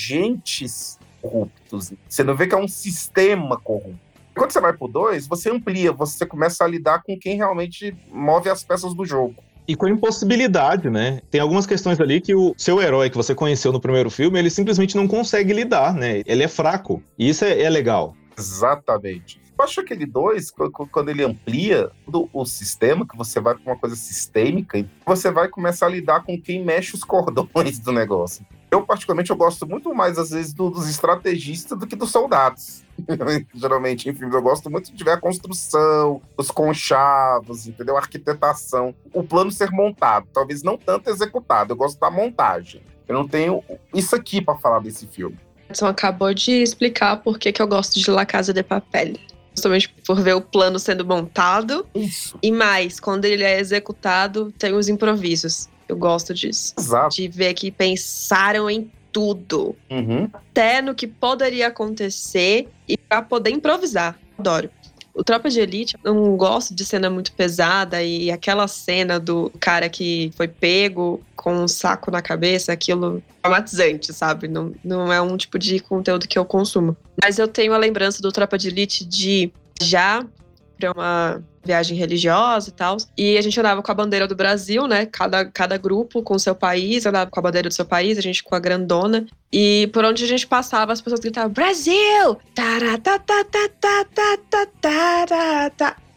agentes corruptos. Você não vê que é um sistema corrupto. Quando você vai pro dois, você amplia, você começa a lidar com quem realmente move as peças do jogo. E com a impossibilidade, né? Tem algumas questões ali que o seu herói que você conheceu no primeiro filme, ele simplesmente não consegue lidar, né? Ele é fraco. E isso é, é legal. Exatamente. Eu acho que aquele dois, quando ele amplia todo o sistema, que você vai para uma coisa sistêmica, você vai começar a lidar com quem mexe os cordões do negócio. Eu, particularmente, eu gosto muito mais, às vezes, do, dos estrategistas do que dos soldados. Geralmente, em filmes, eu gosto muito de ver a construção, os conchavos, entendeu? A arquitetação, o plano ser montado, talvez não tanto executado. Eu gosto da montagem. Eu não tenho isso aqui para falar desse filme. Edson acabou de explicar por que que eu gosto de La Casa de Papel. Justamente por ver o plano sendo montado. Isso. E mais, quando ele é executado, tem os improvisos. Eu gosto disso. Exato. De ver que pensaram em tudo. Uhum. Até no que poderia acontecer e pra poder improvisar. Adoro. O Tropa de Elite, eu não gosto de cena muito pesada, e aquela cena do cara que foi pego com um saco na cabeça, aquilo é traumatizante, sabe? Não, não é um tipo de conteúdo que eu consumo. Mas eu tenho a lembrança do Tropa de Elite de já para uma viagem religiosa e tal. E a gente andava com a bandeira do Brasil, né? Cada, cada grupo com o seu país, andava com a bandeira do seu país, a gente com a grandona. E por onde a gente passava, as pessoas gritavam, Brasil!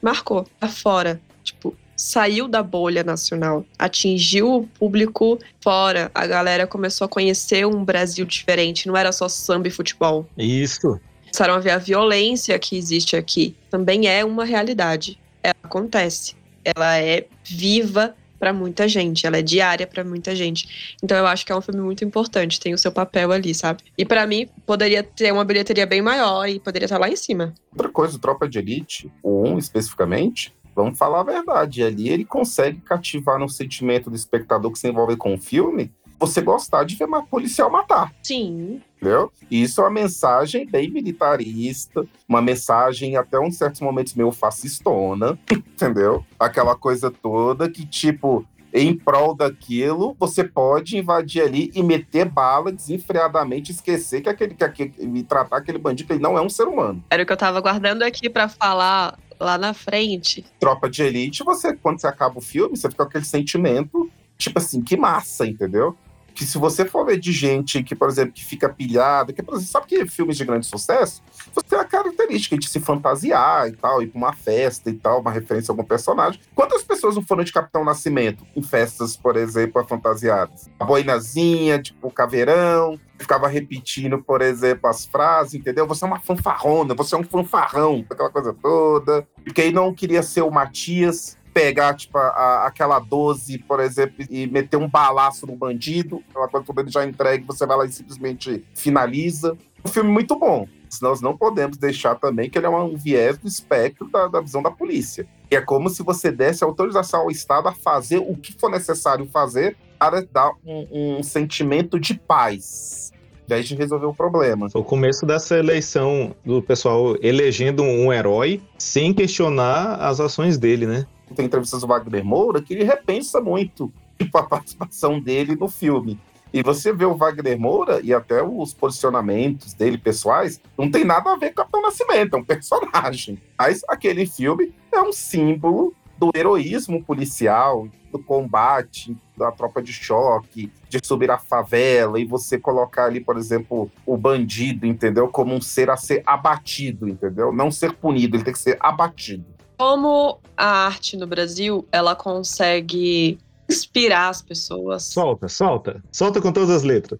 marcou. Tá fora. Tipo, saiu da bolha nacional, atingiu o público fora. A galera começou a conhecer um Brasil diferente, não era só samba e futebol. Isso. Começaram a ver a violência que existe aqui. Também é uma realidade. Ela acontece. Ela é viva pra muita gente, ela é diária pra muita gente. Então eu acho que é um filme muito importante, tem o seu papel ali, sabe? E pra mim, poderia ter uma bilheteria bem maior e poderia estar lá em cima. Outra coisa, Tropa de Elite, o um especificamente, vamos falar a verdade, ali ele consegue cativar no sentimento do espectador que se envolve com o filme, você gostar de ver uma policial matar. Sim. Entendeu? E isso é uma mensagem bem militarista, uma mensagem até em certos momentos meio fascistona, entendeu? Aquela coisa toda que, tipo, em prol daquilo, você pode invadir ali e meter bala desenfreadamente, esquecer que aquele, que aquele, e tratar aquele bandido, ele não é um ser humano. Era o que eu tava guardando aqui pra falar lá na frente. Tropa de Elite, você, quando você acaba o filme, você fica com aquele sentimento, tipo assim, que massa, entendeu? Que se você for ver de gente que, por exemplo, que fica pilhada, que, por exemplo, sabe que filmes de grande sucesso, você tem a característica de se fantasiar e tal, ir pra uma festa e tal, uma referência a algum personagem. Quantas pessoas não foram de Capitão Nascimento em festas, por exemplo, fantasiadas? A boinazinha, tipo, o caveirão, ficava repetindo, por exemplo, as frases, entendeu? Você é uma fanfarrona, você é um fanfarrão, aquela coisa toda. E quem não queria ser o Matias, pegar, tipo, a, a, aquela doze, por exemplo, e meter um balaço no bandido, aquela coisa toda, ele já entrega, você vai lá e simplesmente finaliza. Um filme muito bom. Nós não podemos deixar também que ele é um viés do espectro da, da visão da polícia. E é como se você desse autorização ao Estado a fazer o que for necessário fazer para dar um, um sentimento de paz. E aí a gente resolveu o problema. O começo dessa eleição do pessoal elegendo um herói sem questionar as ações dele, né? Tem entrevistas do Wagner Moura que ele repensa muito, tipo, a participação dele no filme. E você vê o Wagner Moura e até os posicionamentos dele pessoais, não tem nada a ver com o Capitão Nascimento, é um personagem. Mas aquele filme é um símbolo do heroísmo policial, do combate, da tropa de choque, de subir a favela e você colocar ali, por exemplo, o bandido, entendeu? Como um ser a ser abatido, entendeu? Não ser punido, ele tem que ser abatido. Como a arte no Brasil, ela consegue inspirar as pessoas. Solta, solta. Solta com todas as letras.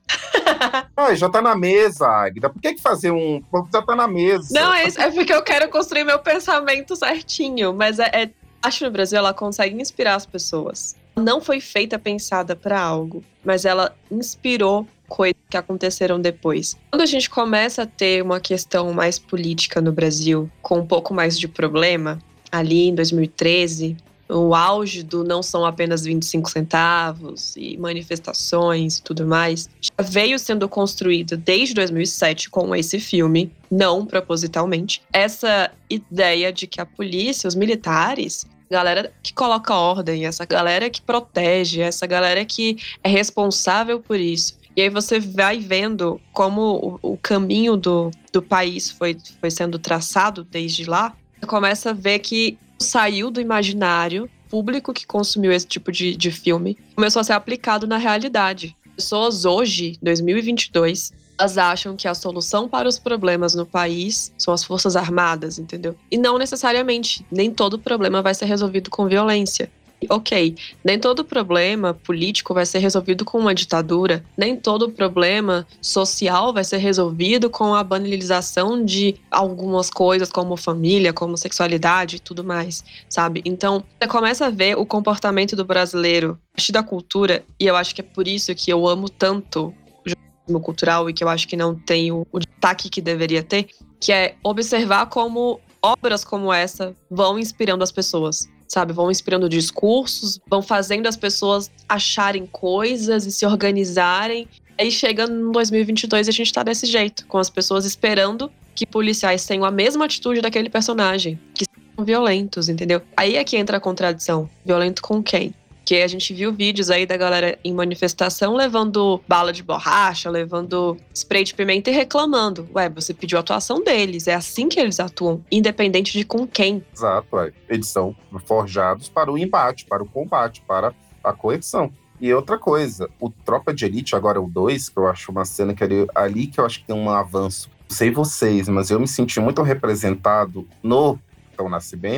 Ah, já tá na mesa, Águida. Por que que fazer um... Já tá na mesa. Não, é, é porque eu quero construir meu pensamento certinho. Mas é, é, a arte no Brasil, ela consegue inspirar as pessoas. Não foi feita pensada para algo, mas ela inspirou coisas que aconteceram depois. Quando a gente começa a ter uma questão mais política no Brasil, com um pouco mais de problema, ali em dois mil e treze, o auge do não são apenas vinte e cinco centavos e manifestações e tudo mais, já veio sendo construído desde dois mil e sete com esse filme, não propositalmente, essa ideia de que a polícia, os militares, a galera que coloca ordem, essa galera que protege, essa galera que é responsável por isso. E aí você vai vendo como o, o caminho do, do país foi, foi sendo traçado desde lá. Você começa a ver que saiu do imaginário público que consumiu esse tipo de, de filme, começou a ser aplicado na realidade. Pessoas hoje, dois mil e vinte e dois, elas acham que a solução para os problemas no país são as Forças Armadas, entendeu? E não necessariamente, nem todo problema vai ser resolvido com violência. Ok, nem todo problema político vai ser resolvido com uma ditadura, nem todo problema social vai ser resolvido com a banalização de algumas coisas como família, como sexualidade e tudo mais, sabe? Então, você começa a ver o comportamento do brasileiro a partir da cultura, e eu acho que é por isso que eu amo tanto o jornalismo cultural e que eu acho que não tem o, o destaque que deveria ter, que é observar como obras como essa vão inspirando as pessoas. Sabe, vão inspirando discursos, vão fazendo as pessoas acharem coisas e se organizarem. Aí chega no dois mil e vinte e dois e a gente tá desse jeito, com as pessoas esperando que policiais tenham a mesma atitude daquele personagem, que são violentos, entendeu? Aí é que entra a contradição. Violento com quem? Porque a gente viu vídeos aí da galera em manifestação levando bala de borracha, levando spray de pimenta e reclamando. Ué, você pediu a atuação deles, é assim que eles atuam, independente de com quem. Exato, é. Eles são forjados para o embate, para o combate, para a coerção. E outra coisa, o Tropa de Elite, agora o dois, que eu acho uma cena que ali, ali que eu acho que tem um avanço. Não sei vocês, mas eu me senti muito representado no Capitão Nascimento.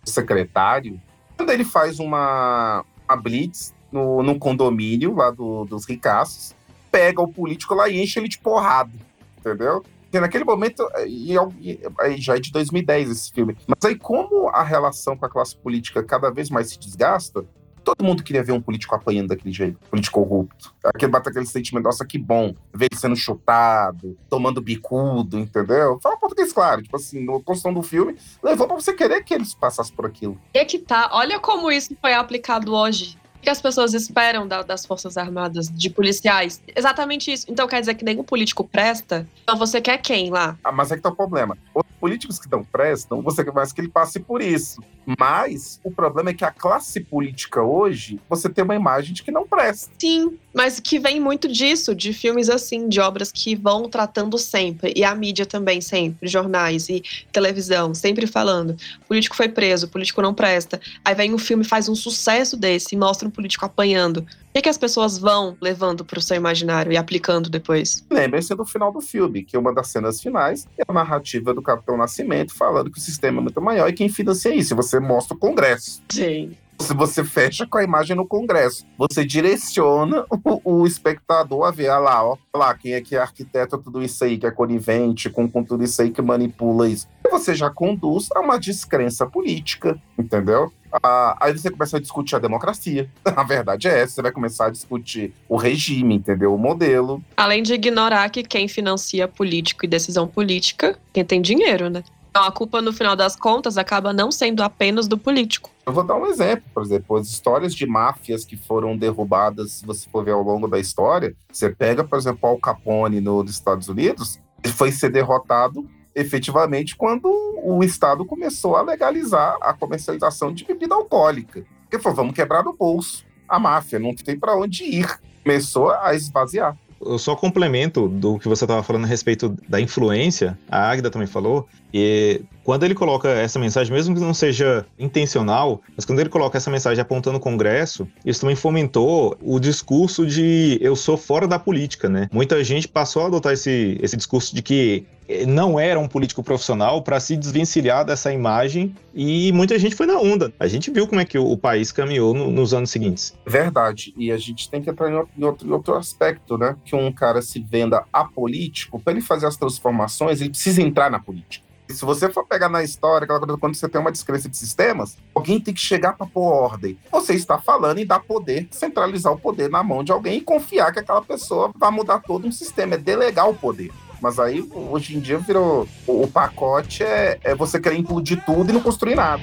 secretário, quando ele faz uma, uma blitz no, no condomínio lá do, dos ricaços, pega o político lá e enche ele de porrada, entendeu? Porque naquele momento, e, e, e já é de dois mil e dez esse filme, mas aí como a relação com a classe política cada vez mais se desgasta, todo mundo queria ver um político apanhando daquele jeito, político corrupto. Aquele bate aquele sentimento, nossa, que bom, ver ele sendo chutado, tomando bicudo, entendeu? Fala português claro, tipo assim, na construção do filme, levou pra você querer que eles passassem por aquilo. E é que tá, olha como isso foi aplicado hoje. O que as pessoas esperam da, das Forças Armadas, de policiais? Exatamente isso. Então quer dizer que nenhum político presta? Então você quer quem lá? Ah, mas é que tá o problema. Os políticos que não prestam, você quer mais que ele passe por isso. Mas o problema é que a classe política hoje, você tem uma imagem de que não presta. Sim, mas que vem muito disso, de filmes assim, de obras que vão tratando sempre. E a mídia também sempre, jornais e televisão, sempre falando. O político foi preso, o político não presta. Aí vem um filme, faz um sucesso desse e mostra um político apanhando. O que, que as pessoas vão levando pro seu imaginário e aplicando depois? Lembrem-se do final do filme, que uma das cenas finais é a narrativa do Capitão Nascimento falando que o sistema é muito maior e quem financia isso? Você mostra o Congresso. Sim. Se você fecha com a imagem no Congresso, você direciona o, o espectador a ver, ah lá, ó, lá, quem é que arquiteta tudo isso aí, que é conivente com, com tudo isso aí, que manipula isso. E você já conduz a uma descrença política, entendeu? Ah, aí você começa a discutir a democracia. A verdade é essa, você vai começar a discutir o regime, entendeu? O modelo. Além de ignorar que quem financia político e decisão política, quem tem dinheiro, né? Então a culpa, no final das contas, acaba não sendo apenas do político. Eu vou dar um exemplo, por exemplo, as histórias de máfias que foram derrubadas, se você for ver ao longo da história, você pega, por exemplo, Al Capone no, nos Estados Unidos, ele foi ser derrotado efetivamente quando o Estado começou a legalizar a comercialização de bebida alcoólica. Porque falou, vamos quebrar no bolso a máfia, não tem para onde ir. Começou a esvaziar. Eu só complemento do que você estava falando a respeito da influência, a Águida também falou, e quando ele coloca essa mensagem, mesmo que não seja intencional, mas quando ele coloca essa mensagem apontando o Congresso, isso também fomentou o discurso de eu sou fora da política, né? Muita gente passou a adotar esse, esse discurso de que não era um político profissional para se desvencilhar dessa imagem e muita gente foi na onda. A gente viu como é que o, o país caminhou no, nos anos seguintes. Verdade. E a gente tem que entrar em outro, em outro, em outro aspecto, né? Que um cara se venda apolítico, para ele fazer as transformações, ele precisa entrar na política. E se você for pegar na história, aquela coisa, quando você tem uma descrença de sistemas, alguém tem que chegar para pôr ordem. Você está falando em dar poder, centralizar o poder na mão de alguém e confiar que aquela pessoa vai mudar todo um sistema, é delegar o poder. Mas aí, hoje em dia, virou... O pacote é, é você querer implodir tudo e não construir nada.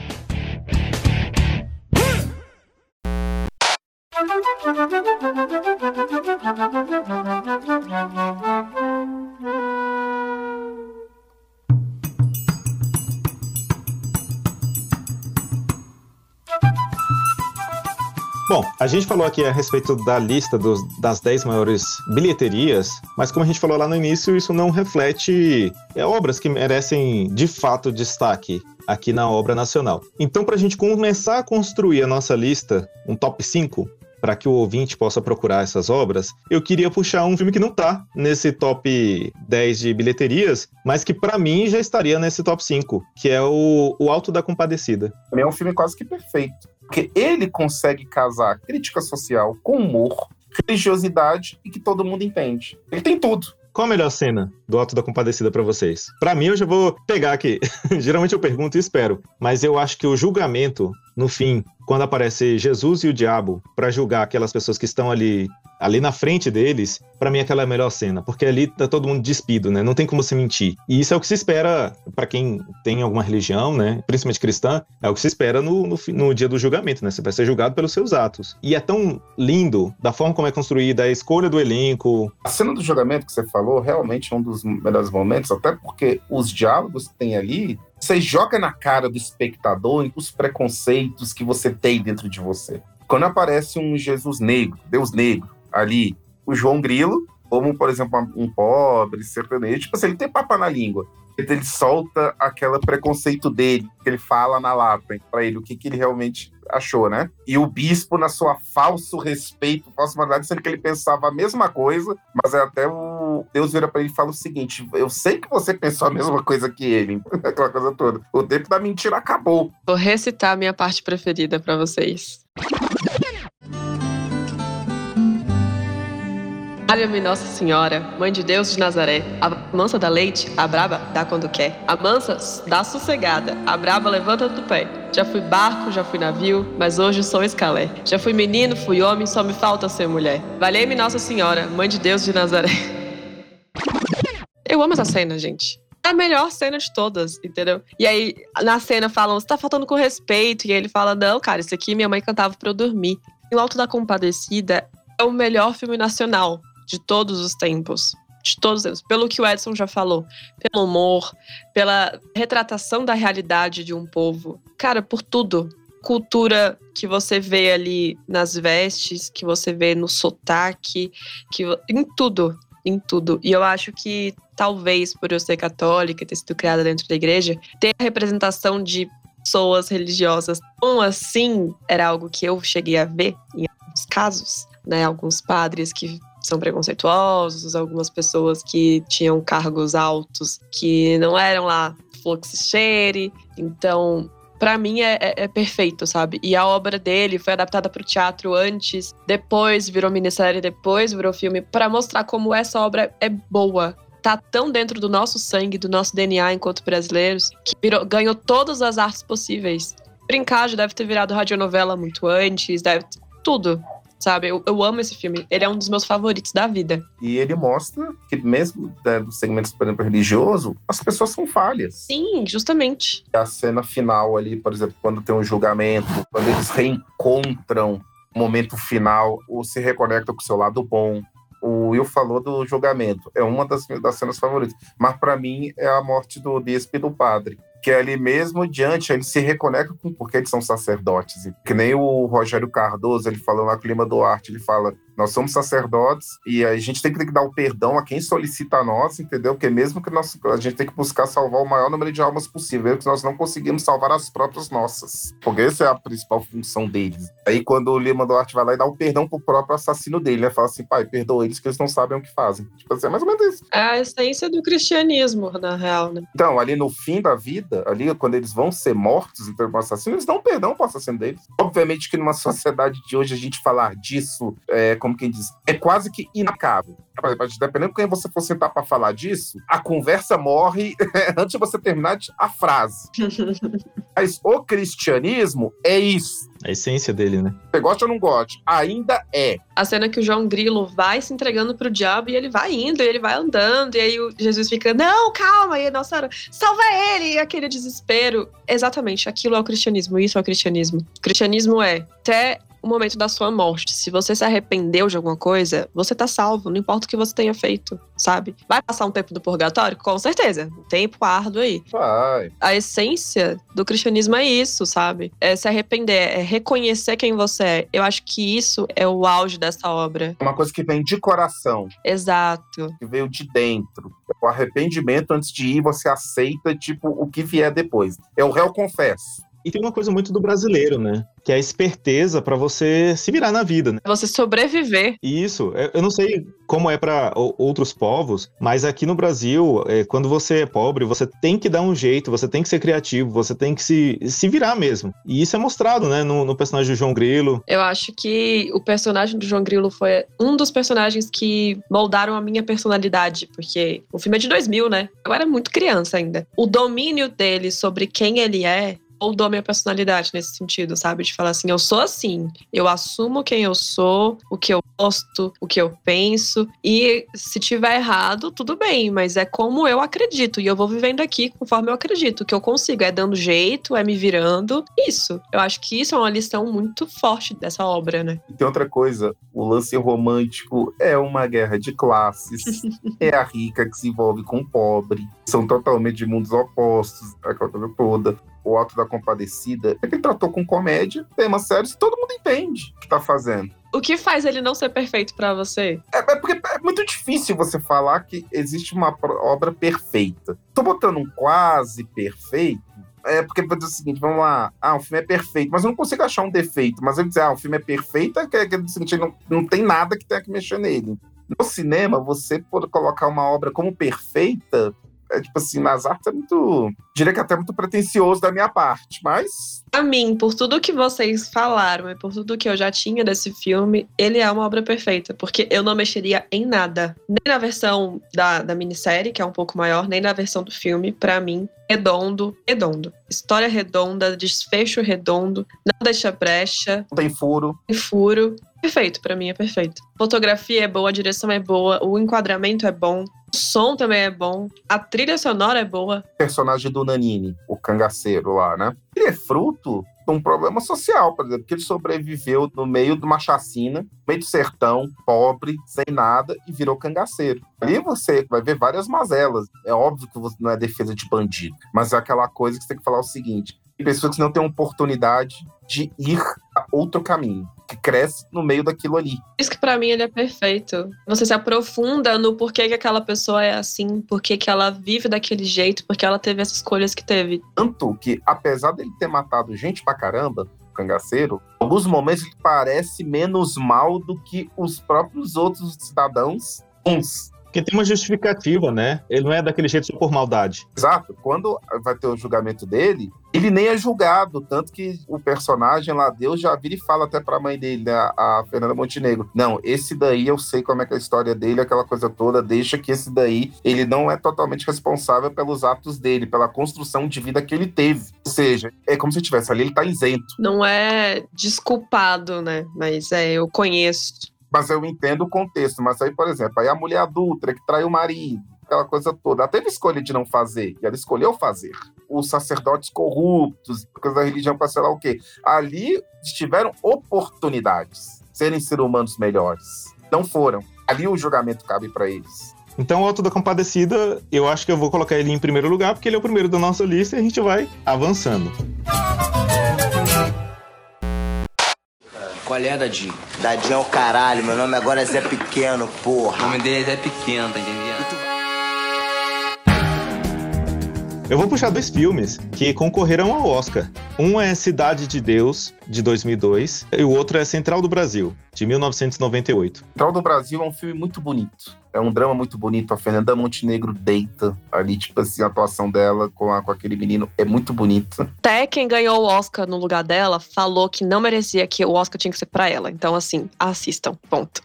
Bom, a gente falou aqui a respeito da lista dos, das dez maiores bilheterias, mas como a gente falou lá no início, isso não reflete é, obras que merecem de fato destaque aqui na obra nacional. Então, para a gente começar a construir a nossa lista, um top cinco, para que o ouvinte possa procurar essas obras, eu queria puxar um filme que não tá nesse top dez de bilheterias, mas que para mim já estaria nesse top cinco, que é o, o Alto da Compadecida. É um filme quase que perfeito, porque ele consegue casar crítica social com humor, religiosidade e que todo mundo entende. Ele tem tudo. Qual a melhor cena do Alto da Compadecida pra vocês? Pra mim, eu já vou pegar aqui. Geralmente eu pergunto e espero. Mas eu acho que o julgamento, no fim, quando aparece Jesus e o diabo pra julgar aquelas pessoas que estão ali, ali na frente deles, pra mim aquela é a melhor cena. Porque ali tá todo mundo despido, né? Não tem como se mentir. E isso é o que se espera pra quem tem alguma religião, né? Principalmente cristã, é o que se espera no, no, no dia do julgamento, né? Você vai ser julgado pelos seus atos. E é tão lindo, da forma como é construída, a escolha do elenco. A cena do julgamento que você falou, realmente é um dos melhores momentos, até porque os diálogos que tem ali, você joga na cara do espectador os preconceitos que você tem dentro de você. Quando aparece um Jesus negro, Deus negro, ali, o João Grilo, como, por exemplo, um pobre sertanejo, tipo assim, ele tem papa na língua. Ele solta aquele preconceito dele, que ele fala na lata pra ele, o que, que ele realmente achou, né? E o bispo, na sua falso respeito, falsa maldade, sendo que ele pensava a mesma coisa, mas é até o Deus vira pra ele e fala o seguinte: eu sei que você pensou a mesma coisa que ele, aquela coisa toda. O tempo da mentira acabou. Vou recitar a minha parte preferida pra vocês. Valha-me Nossa Senhora, Mãe de Deus de Nazaré, a mansa dá leite, a braba dá quando quer. A mansa dá sossegada, a braba levanta do pé. Já fui barco, já fui navio, mas hoje sou escalé. Já fui menino, fui homem, só me falta ser mulher. Valha-me Nossa Senhora, Mãe de Deus de Nazaré. Eu amo essa cena, gente. É a melhor cena de todas, entendeu? E aí, na cena falam, você tá faltando com respeito. E aí ele fala, não, cara, isso aqui minha mãe cantava pra eu dormir. E o Alto da Compadecida é o melhor filme nacional de todos os tempos. De todos eles. Pelo que o Edson já falou. Pelo humor, pela retratação da realidade de um povo. Cara, por tudo. Cultura que você vê ali nas vestes, que você vê no sotaque, que, em tudo. Em tudo. E eu acho que, talvez, por eu ser católica e ter sido criada dentro da igreja, ter a representação de pessoas religiosas tão assim era algo que eu cheguei a ver em alguns casos, né? Alguns padres que são preconceituosos, algumas pessoas que tinham cargos altos que não eram lá fluxicheire. Então, pra mim é, é, é perfeito, sabe? E a obra dele foi adaptada pro teatro antes, depois virou minissérie, depois virou filme, pra mostrar como essa obra é boa. Tá tão dentro do nosso sangue, do nosso D N A enquanto brasileiros, que virou, ganhou todas as artes possíveis. Brincar já deve ter virado radionovela muito antes, deve ter tudo. Sabe, eu, eu amo esse filme. Ele é um dos meus favoritos da vida. E ele mostra que mesmo né, dos segmentos, por exemplo, religioso, as pessoas são falhas. Sim, justamente. A cena final ali, por exemplo, quando tem um julgamento, quando eles reencontram o momento final, ou se reconectam com o seu lado bom. O Will falou do julgamento. É uma das, das cenas favoritas. Mas pra mim é a morte do bispo e do padre. Que é ali mesmo diante, eles se reconectam com porque eles são sacerdotes. Que nem o Rogério Cardoso, ele falou lá com o Lima Duarte, ele fala, nós somos sacerdotes e a gente tem que, tem que dar o perdão a quem solicita a nós, entendeu? Porque mesmo que nós, a gente tem que buscar salvar o maior número de almas possível, que nós não conseguimos salvar as próprias nossas. Porque essa é a principal função deles. Aí quando o Lima Duarte vai lá e dá o perdão pro próprio assassino dele, né? Fala assim, pai, perdoa eles que eles não sabem o que fazem. Tipo assim, é mais ou menos isso. É a essência do cristianismo, na real, né? Então, ali no fim da vida, ali quando eles vão ser mortos então, pelo assassino, eles dão perdão pro assassino deles. Obviamente que numa sociedade de hoje a gente falar disso, é, como quem diz, é quase que inacável. Dependendo de quem você for sentar pra falar disso, a conversa morre antes de você terminar a frase. Mas o cristianismo é isso. A essência dele, né? Você gosta ou não gosta? Ainda é. A cena que o João Grilo vai se entregando pro diabo e ele vai indo, e ele vai andando, e aí o Jesus fica, não, calma, e a Nossa Senhora, salva ele! E aquele desespero. Exatamente, aquilo é o cristianismo, isso é o cristianismo. O cristianismo é até o momento da sua morte. Se você se arrependeu de alguma coisa, você tá salvo, não importa o que você tenha feito, sabe? Vai passar um tempo do purgatório? Com certeza. Um tempo árduo aí. Vai. A essência do cristianismo é isso, sabe? É se arrepender, é reconhecer quem você é. Eu acho que isso é o auge dessa obra. Uma coisa que vem de coração. Exato. Que veio de dentro. O arrependimento, antes de ir, você aceita, tipo, o que vier depois. É o réu confesso. E tem uma coisa muito do brasileiro, né? Que é a esperteza pra você se virar na vida, né? Você sobreviver. Isso. Eu não sei como é pra outros povos, mas aqui no Brasil, quando você é pobre, você tem que dar um jeito, você tem que ser criativo, você tem que se, se virar mesmo. E isso é mostrado, né? No, no personagem do João Grilo. Eu acho que o personagem do João Grilo foi um dos personagens que moldaram a minha personalidade, porque o filme é de dois mil, né? Eu era muito criança ainda. O domínio dele sobre quem ele é moldou minha personalidade nesse sentido, sabe? De falar assim, eu sou assim, eu assumo quem eu sou, o que eu gosto, o que eu penso, e se tiver errado, tudo bem, mas é como eu acredito, e eu vou vivendo aqui conforme eu acredito, o que eu consigo, é dando jeito, é me virando, isso. Eu acho que isso é uma lição muito forte dessa obra, né? E tem outra coisa, o lance romântico é uma guerra de classes, é a rica que se envolve com o pobre, são totalmente de mundos opostos, aquela coisa toda. O Alto da Compadecida, ele tratou com comédia, temas sérios, todo mundo entende o que tá fazendo. O que faz ele não ser perfeito pra você? É, é porque é muito difícil você falar que existe uma obra perfeita. Tô botando um quase perfeito, é porque vou dizer o seguinte, vamos lá, ah, o filme é perfeito, mas eu não consigo achar um defeito, mas eu dizer, ah, o filme é perfeito, é que, é que não, não tem nada que tenha que mexer nele. No cinema, você pode colocar uma obra como perfeita, é tipo assim, nas artes é muito, diria que até muito pretencioso da minha parte, mas... Pra mim, por tudo que vocês falaram e por tudo que eu já tinha desse filme, ele é uma obra perfeita, porque eu não mexeria em nada. Nem na versão da, da minissérie, que é um pouco maior, nem na versão do filme. Pra mim, redondo, redondo. História redonda, desfecho redondo, não deixa brecha. Não tem furo. Tem furo. Perfeito, pra mim é perfeito. Fotografia é boa, a direção é boa, o enquadramento é bom, o som também é bom, a trilha sonora é boa. O personagem do Nanini, o cangaceiro lá, né? Ele é fruto de um problema social, por exemplo, que ele sobreviveu no meio de uma chacina, no meio do sertão, pobre, sem nada, e virou cangaceiro. Ali você vai ver várias mazelas. É óbvio que você não é defesa de bandido, mas é aquela coisa que você tem que falar o seguinte: tem pessoas que não têm oportunidade de ir a outro caminho, que cresce no meio daquilo ali. Isso que pra mim ele é perfeito. Você se aprofunda no porquê que aquela pessoa é assim, porquê que ela vive daquele jeito, porque ela teve essas escolhas que teve. Tanto que, apesar dele ter matado gente pra caramba, o cangaceiro, em alguns momentos ele parece menos mal do que os próprios outros cidadãos uns. Porque tem uma justificativa, né? Ele não é daquele jeito só por maldade. Exato. Quando vai ter o julgamento dele, ele nem é julgado. Tanto que o personagem lá, Deus, já vira e fala até pra mãe dele, né, a Fernanda Montenegro. Não, esse daí eu sei como é que é a história dele, aquela coisa toda. Deixa que esse daí, ele não é totalmente responsável pelos atos dele, pela construção de vida que ele teve. Ou seja, é como se estivesse ali, ele tá isento. Não é desculpado, né? Mas é, eu conheço. Mas eu entendo o contexto. Mas aí, por exemplo, aí a mulher adulta que trai o marido, aquela coisa toda, ela teve escolha de não fazer, e ela escolheu fazer. Os sacerdotes corruptos, por causa da religião, para sei lá o quê. Ali tiveram oportunidades de serem seres humanos melhores. Não foram. Ali o julgamento cabe para eles. Então, o Auto da Compadecida, eu acho que eu vou colocar ele em primeiro lugar, porque ele é o primeiro da nossa lista e a gente vai avançando. Qual é, Dadinho? Dadinho é o caralho, meu nome agora é Zé Pequeno, porra. O nome dele é Zé Pequeno, tá entendendo? Eu vou puxar dois filmes que concorreram ao Oscar. Um é Cidade de Deus, de dois mil e dois, e o outro é Central do Brasil, de mil novecentos e noventa e oito. Central do Brasil é um filme muito bonito. É um drama muito bonito. A Fernanda Montenegro deita ali, tipo assim, a atuação dela com, a, com aquele menino é muito bonita. Até quem ganhou o Oscar no lugar dela falou que não merecia, que o Oscar tinha que ser pra ela. Então, assim, assistam. Ponto.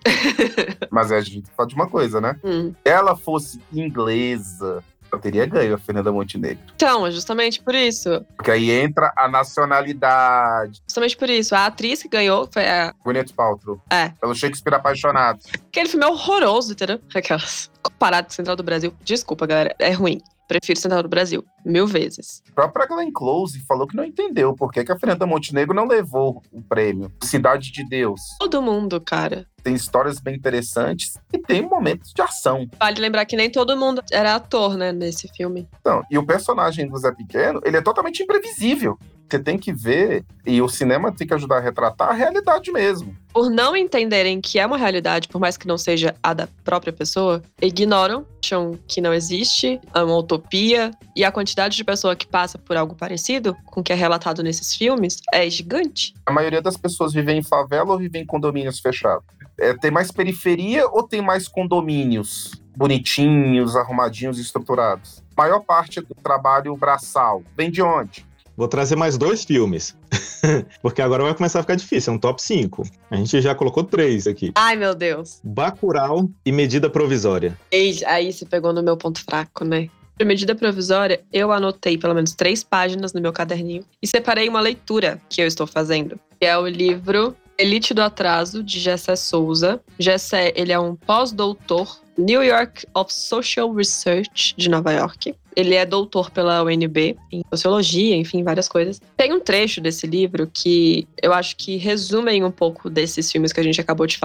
Mas a gente fala de uma coisa, né? Hum. Se ela fosse inglesa, eu teria ganho a Fernanda Montenegro. Então, é justamente por isso. Porque aí entra a nacionalidade. Justamente por isso. A atriz que ganhou foi a... Gwyneth Paltrow. É. Pelo Shakespeare Apaixonado. Aquele filme é horroroso, entendeu? Aquelas. Comparado com Central do Brasil. Desculpa, galera. É ruim. Prefiro Central do Brasil. Mil vezes. A própria Glenn Close falou que não entendeu por que, que a Fernanda Montenegro não levou o prêmio. Cidade de Deus. Todo mundo, cara. Tem histórias bem interessantes e tem momentos de ação. Vale lembrar que nem todo mundo era ator, né, nesse filme. Então, e o personagem do Zé Pequeno, ele é totalmente imprevisível. Você tem que ver, e o cinema tem que ajudar a retratar a realidade mesmo. Por não entenderem que é uma realidade, por mais que não seja a da própria pessoa, ignoram, acham que não existe, é uma utopia, e a quantidade de pessoa que passa por algo parecido com o que é relatado nesses filmes é gigante. A maioria das pessoas vivem em favela ou vivem em condomínios fechados? É, tem mais periferia ou tem mais condomínios bonitinhos, arrumadinhos e estruturados? A maior parte do trabalho braçal vem de onde? Vou trazer mais dois filmes, porque agora vai começar a ficar difícil, é um top cinco. A gente já colocou três aqui. Ai, meu Deus. Bacurau e Medida Provisória. Ei, aí você pegou no meu ponto fraco, né? Para Medida Provisória, eu anotei pelo menos três páginas no meu caderninho e separei uma leitura que eu estou fazendo, que é o livro Elite do Atraso, de Gessé Souza. Gessé, ele é um pós-doutor New York of Social Research, de Nova York. Ele é doutor pela U N B, em Sociologia, enfim, várias coisas. Tem um trecho desse livro que eu acho que resumem um pouco desses filmes que a gente acabou de falar,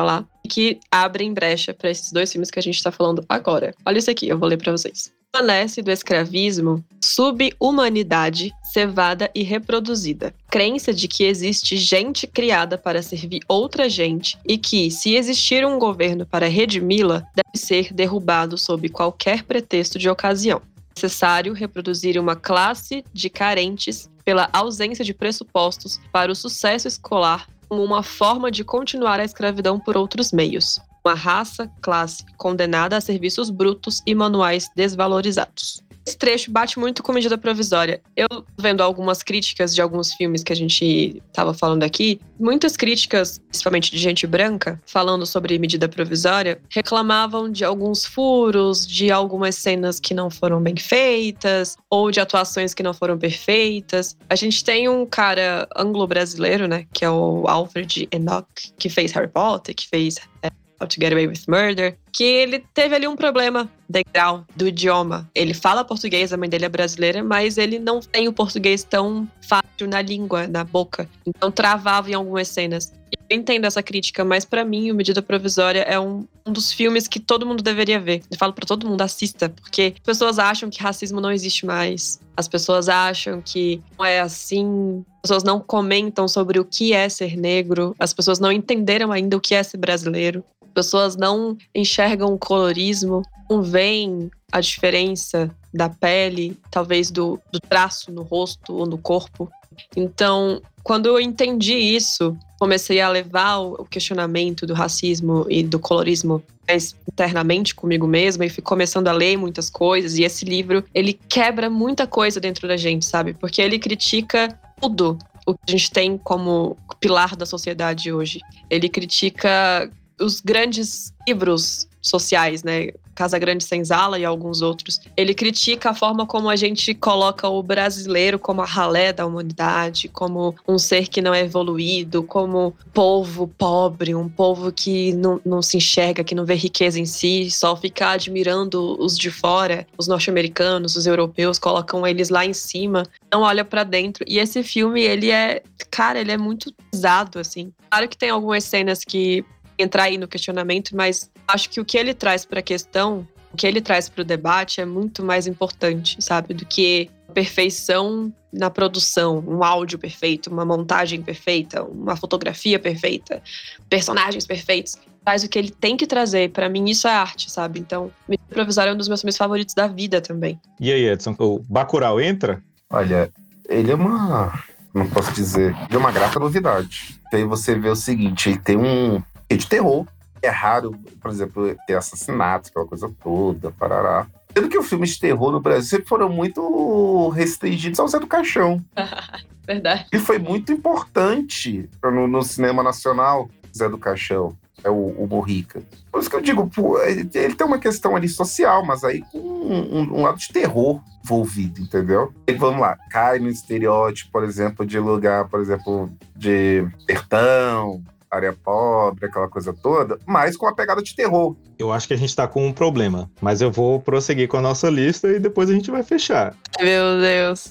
que abrem brecha para esses dois filmes que a gente tá falando agora. Olha isso aqui, eu vou ler para vocês. Permanece do escravismo, subhumanidade, cevada e reproduzida. Crença de que existe gente criada para servir outra gente e que, se existir um governo para redimi-la, deve ser derrubado sob qualquer pretexto de ocasião. É necessário reproduzir uma classe de carentes pela ausência de pressupostos para o sucesso escolar como uma forma de continuar a escravidão por outros meios. Uma raça, classe, condenada a serviços brutos e manuais desvalorizados. Esse trecho bate muito com medida provisória. Eu, vendo algumas críticas de alguns filmes que a gente estava falando aqui, muitas críticas, principalmente de gente branca, falando sobre medida provisória, reclamavam de alguns furos, de algumas cenas que não foram bem feitas, ou de atuações que não foram perfeitas. A gente tem um cara anglo-brasileiro, né, que é o Alfred Enoch, que fez Harry Potter, que fez é, How to Get Away with Murder, que ele teve ali um problema de grau do idioma. Ele fala português, a mãe dele é brasileira, mas ele não tem o português tão fácil na língua, na boca. Então travava em algumas cenas. Eu entendo essa crítica, mas pra mim, o Medida Provisória é um, um dos filmes que todo mundo deveria ver. Eu falo pra todo mundo, assista, porque as pessoas acham que racismo não existe mais. As pessoas acham que não é assim. As pessoas não comentam sobre o que é ser negro. As pessoas não entenderam ainda o que é ser brasileiro. As pessoas não enxergam o colorismo, não veem a diferença da pele, talvez do, do traço no rosto ou no corpo. Então, quando eu entendi isso, comecei a levar o questionamento do racismo e do colorismo mais internamente comigo mesma e fui começando a ler muitas coisas. E esse livro, ele quebra muita coisa dentro da gente, sabe? Porque ele critica tudo o que a gente tem como pilar da sociedade hoje. Ele critica os grandes livros sociais, né? Casa Grande Senzala e alguns outros. Ele critica a forma como a gente coloca o brasileiro como a ralé da humanidade, como um ser que não é evoluído, como povo pobre, um povo que não, não se enxerga, que não vê riqueza em si, só fica admirando os de fora, os norte-americanos, os europeus, colocam eles lá em cima, não olha pra dentro. E esse filme, ele é, cara, ele é muito pesado, assim. Claro que tem algumas cenas que entrar aí no questionamento, mas acho que o que ele traz para a questão, o que ele traz para o debate é muito mais importante, sabe? Do que a perfeição na produção, um áudio perfeito, uma montagem perfeita, uma fotografia perfeita, personagens perfeitos. Traz o que ele tem que trazer. Para mim, isso é arte, sabe? Então, Medida Provisória é um dos meus filmes favoritos da vida também. E aí, Edson, o Bacurau entra? Olha, ele é uma... não posso dizer... ele é uma grata novidade. E aí você vê o seguinte, ele tem um... de terror. É raro, por exemplo, ter assassinatos, aquela coisa toda, parará. Sendo que os filmes de terror no Brasil sempre foram muito restringidos ao Zé do Caixão. Verdade. E foi muito importante no, no cinema nacional, Zé do Caixão. É o, o Morrica. Por isso que eu digo, pô, ele, ele tem uma questão ali social, mas aí com um, um, um lado de terror envolvido, entendeu? E vamos lá, cai no estereótipo, por exemplo, de lugar, por exemplo, de sertão, área pobre, aquela coisa toda, mas com a pegada de terror. Eu acho que a gente tá com um problema, mas eu vou prosseguir com a nossa lista e depois a gente vai fechar. Meu Deus.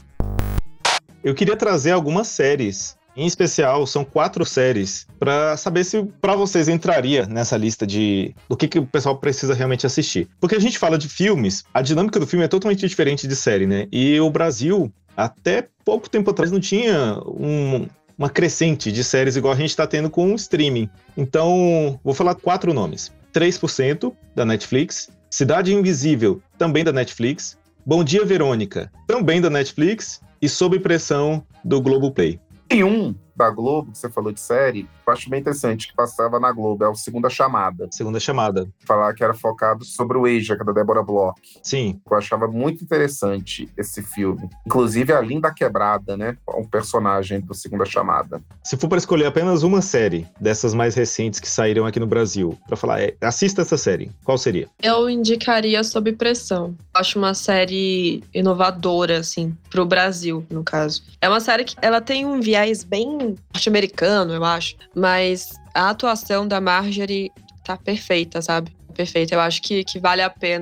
Eu queria trazer algumas séries. Em especial, são quatro séries, para saber se para vocês entraria nessa lista de do que, que o pessoal precisa realmente assistir. Porque a gente fala de filmes, a dinâmica do filme é totalmente diferente de série, né? E o Brasil, até pouco tempo atrás, não tinha um... uma crescente de séries igual a gente está tendo com o streaming. Então, vou falar quatro nomes. três por cento, da Netflix. Cidade Invisível, também da Netflix. Bom Dia, Verônica, também da Netflix. E Sob Pressão, do Globoplay. Tem um da Globo, que você falou de série, eu acho bem interessante, que passava na Globo, é o Segunda Chamada. Segunda Chamada. Falar que era focado sobre o Eija, que é da Débora Bloch. Sim. Eu achava muito interessante esse filme. Inclusive a Linda Quebrada, né? Um personagem do Segunda Chamada. Se for para escolher apenas uma série dessas mais recentes que saíram aqui no Brasil, para falar, é, assista essa série, qual seria? Eu indicaria Sob Pressão. Acho uma série inovadora, assim, pro Brasil, no caso. É uma série que ela tem um viés bem norte-americano, eu acho, mas a atuação da Marjorie tá perfeita, sabe? Perfeita. Eu acho que, que vale a pena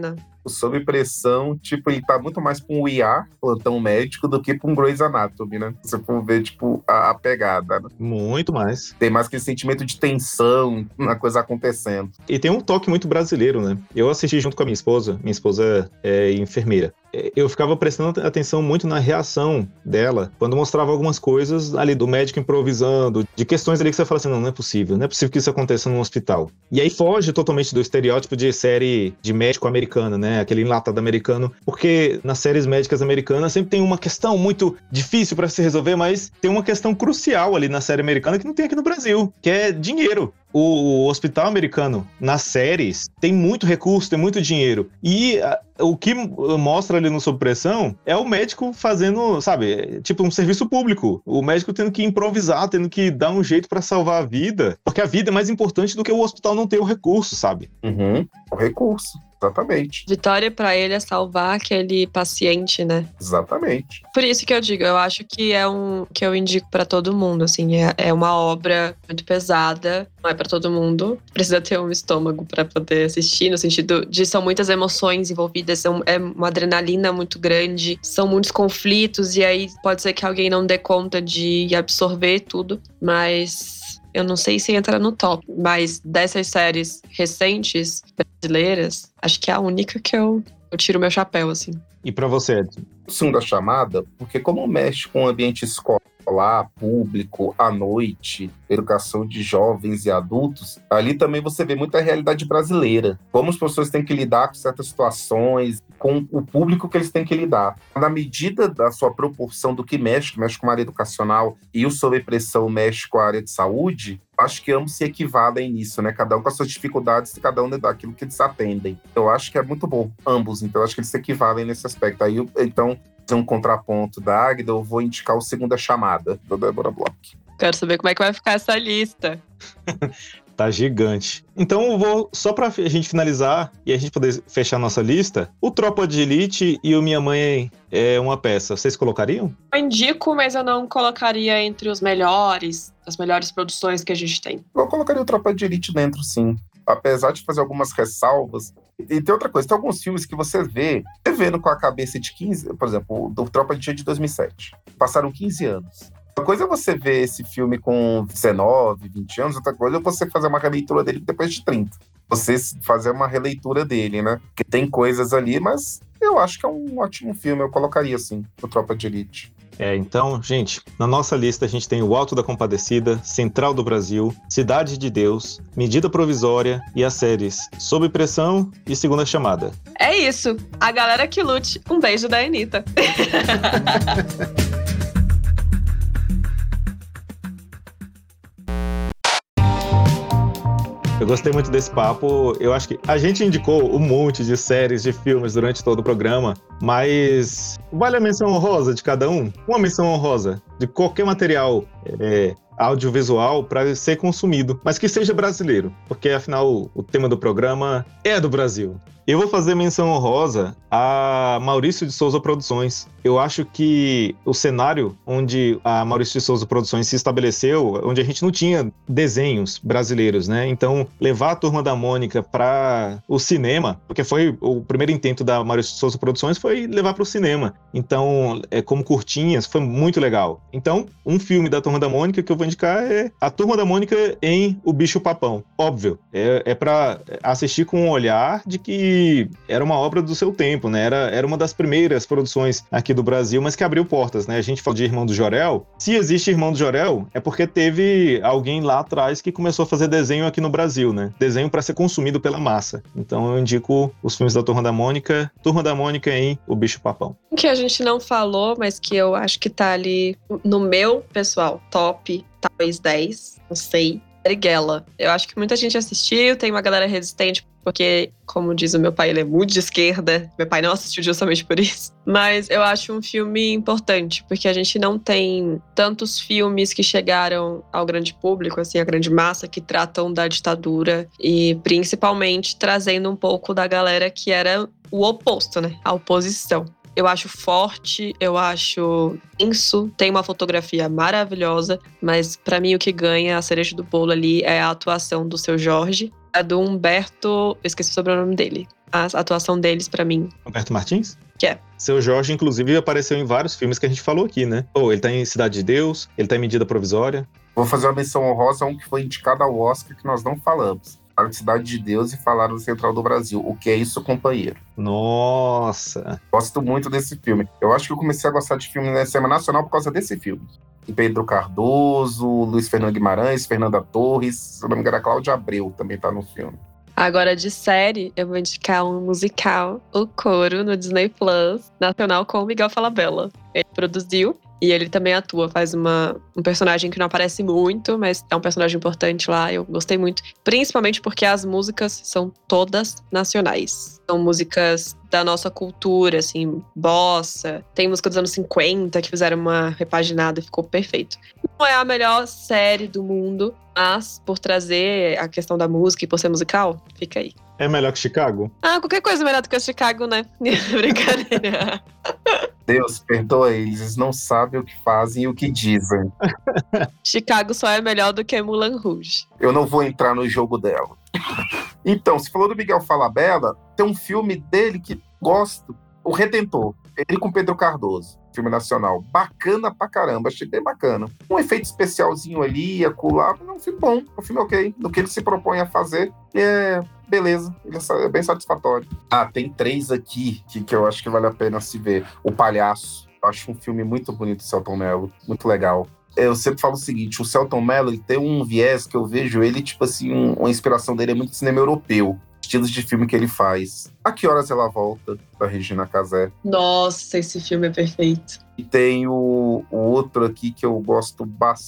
o Sob Pressão, tipo, ele tá muito mais pra um I A, plantão médico, do que pra um Grey's Anatomy, né? Se você for ver, tipo, a, a pegada, né? Muito mais. Tem mais aquele sentimento de tensão, uma coisa acontecendo. E tem um toque muito brasileiro, né? Eu assisti junto com a minha esposa, minha esposa é enfermeira. Eu ficava prestando atenção muito na reação dela quando mostrava algumas coisas ali do médico improvisando, de questões ali que você fala assim, não, não é possível, não é possível que isso aconteça num hospital. E aí foge totalmente do estereótipo de série de médico americana, né? Aquele enlatado americano, porque nas séries médicas americanas sempre tem uma questão muito difícil para se resolver, mas tem uma questão crucial ali na série americana que não tem aqui no Brasil, que é dinheiro. O hospital americano, nas séries, tem muito recurso, tem muito dinheiro. E a, o que mostra ali no Sob Pressão é o médico fazendo, sabe, tipo um serviço público. O médico tendo que improvisar, tendo que dar um jeito pra salvar a vida. Porque a vida é mais importante do que o hospital não ter o recurso, sabe? Uhum, o recurso. Exatamente. Vitória pra ele é salvar aquele paciente, né? Exatamente. Por isso que eu digo, eu acho que é um que eu indico pra todo mundo, assim, é, é uma obra muito pesada, não é pra todo mundo. Precisa ter um estômago pra poder assistir, no sentido de são muitas emoções envolvidas, são, é uma adrenalina muito grande, são muitos conflitos e aí pode ser que alguém não dê conta de absorver tudo, mas eu não sei se entra no top, mas dessas séries recentes, brasileiras, acho que é a única que eu, eu tiro meu chapéu, assim. E pra você, Edson? Segunda chamada, porque como mexe com o ambiente escolar, público, à noite, educação de jovens e adultos, ali também você vê muita realidade brasileira. Como as pessoas têm que lidar com certas situações, com o público que eles têm que lidar. Na medida da sua proporção do que mexe, que mexe com a área educacional e o Sob Pressão mexe com a área de saúde, acho que ambos se equivalem nisso, né? Cada um com as suas dificuldades e cada um daquilo que eles atendem. Eu acho que é muito bom, ambos. Então, eu acho que eles se equivalem nesse aspecto. Aí, então, fazer um contraponto da Águida, eu vou indicar o Segunda Chamada, da Débora Bloch. Quero saber como é que vai ficar essa lista. Tá gigante. Então eu vou, só pra gente finalizar e a gente poder fechar nossa lista, o Tropa de Elite e o Minha Mãe é uma Peça, vocês colocariam? Eu indico, mas eu não colocaria entre os melhores, as melhores produções que a gente tem. Eu colocaria o Tropa de Elite dentro, sim. Apesar de fazer algumas ressalvas. E tem outra coisa, tem alguns filmes que você vê, você vendo com a cabeça de quinze, por exemplo, do Tropa de Elite de dois mil e sete. Passaram quinze anos. Uma coisa é você ver esse filme com dezenove, vinte anos, outra coisa é você fazer uma releitura dele depois de trinta. Você fazer uma releitura dele, né? Porque tem coisas ali, mas eu acho que é um ótimo filme, eu colocaria, assim, o Tropa de Elite. É, então, gente, na nossa lista a gente tem O Alto da Compadecida, Central do Brasil, Cidade de Deus, Medida Provisória e as séries Sob Pressão e Segunda Chamada. É isso. A galera que lute. Um beijo da Anitta. Eu gostei muito desse papo. Eu acho que a gente indicou um monte de séries, de filmes durante todo o programa, mas vale a menção honrosa de cada um? Uma menção honrosa de qualquer material é, audiovisual para ser consumido, mas que seja brasileiro, porque afinal o tema do programa é do Brasil. Eu vou fazer menção honrosa a Maurício de Souza Produções. Eu acho que o cenário onde a Maurício de Souza Produções se estabeleceu, onde a gente não tinha desenhos brasileiros, né? Então, levar a Turma da Mônica para o cinema, porque foi o primeiro intento da Maurício de Souza Produções, foi levar para o cinema. Então, é, como curtinhas, foi muito legal. Então, um filme da Turma da Mônica que eu vou indicar é A Turma da Mônica em O Bicho Papão. Óbvio, é, é para assistir com um olhar de que era uma obra do seu tempo, né? Era, era uma das primeiras produções aqui do Brasil, mas que abriu portas, né? A gente falou de Irmão do Jorel. Se existe Irmão do Jorel, é porque teve alguém lá atrás que começou a fazer desenho aqui no Brasil, né? Desenho para ser consumido pela massa. Então eu indico os filmes da Turma da Mônica, Turma da Mônica em O Bicho Papão. O que a gente não falou, mas que eu acho que tá ali no meu, pessoal, top, talvez dez, não sei. Marighella. Eu acho que muita gente assistiu, tem uma galera resistente, porque, como diz o meu pai, ele é muito de esquerda. Meu pai não assistiu justamente por isso. Mas eu acho um filme importante, porque a gente não tem tantos filmes que chegaram ao grande público, assim, à grande massa, que tratam da ditadura e, principalmente, trazendo um pouco da galera que era o oposto, né? A oposição. Eu acho forte, eu acho denso, tem uma fotografia maravilhosa, mas pra mim o que ganha a cereja do bolo ali é a atuação do Seu Jorge, a do Humberto, eu esqueci o sobrenome dele. a atuação deles pra mim. Roberto Martins? Que é. Seu Jorge, inclusive, apareceu em vários filmes que a gente falou aqui, né? Pô, ele tá em Cidade de Deus, ele tá em Medida Provisória. Vou fazer uma menção honrosa a um que foi indicado ao Oscar que nós não falamos. Falaram de Cidade de Deus e falaram do Central do Brasil. O Que É Isso, Companheiro? Nossa! Gosto muito desse filme. Eu acho que eu comecei a gostar de filme na Cinema Nacional por causa desse filme. E Pedro Cardoso, Luiz Fernando Guimarães, Fernanda Torres, se não me engano, a Cláudia Abreu também tá no filme. Agora, de série, eu vou indicar um musical, O Coro, no Disney Plus, nacional, com o Miguel Falabella. Ele produziu e ele também atua, faz uma, um personagem que não aparece muito, mas é um personagem importante lá, eu gostei muito. Principalmente porque as músicas são todas nacionais. São músicas da nossa cultura, assim, bossa. Tem música dos anos cinquenta que fizeram uma repaginada e ficou perfeito. Não é a melhor série do mundo, mas por trazer a questão da música e por ser musical, fica aí. É melhor que Chicago? Ah, qualquer coisa é melhor do que Chicago, né? Brincadeira. Deus, perdoa eles, eles não sabem o que fazem e o que dizem. Chicago só é melhor do que Moulin Rouge. Eu não vou entrar no jogo dela. Então, você falou do Miguel Falabella, tem um filme dele que gosto, O Redentor. Ele com Pedro Cardoso, filme nacional. Bacana pra caramba, achei bem bacana. Um efeito especialzinho ali, acolá, mas é um filme bom, um filme ok. No que ele se propõe a fazer, é beleza, ele é bem satisfatório. Ah, tem três aqui que, que eu acho que vale a pena se ver. O Palhaço, eu acho um filme muito bonito do Selton Mello, muito legal. Eu sempre falo o seguinte, o Selton Mello, ele tem um viés que eu vejo ele, tipo assim, um, uma inspiração dele é muito cinema europeu. Estilos de filme que ele faz. A Que Horas Ela Volta, da Regina Casé. Nossa, esse filme é perfeito. E tem o, o outro aqui que eu gosto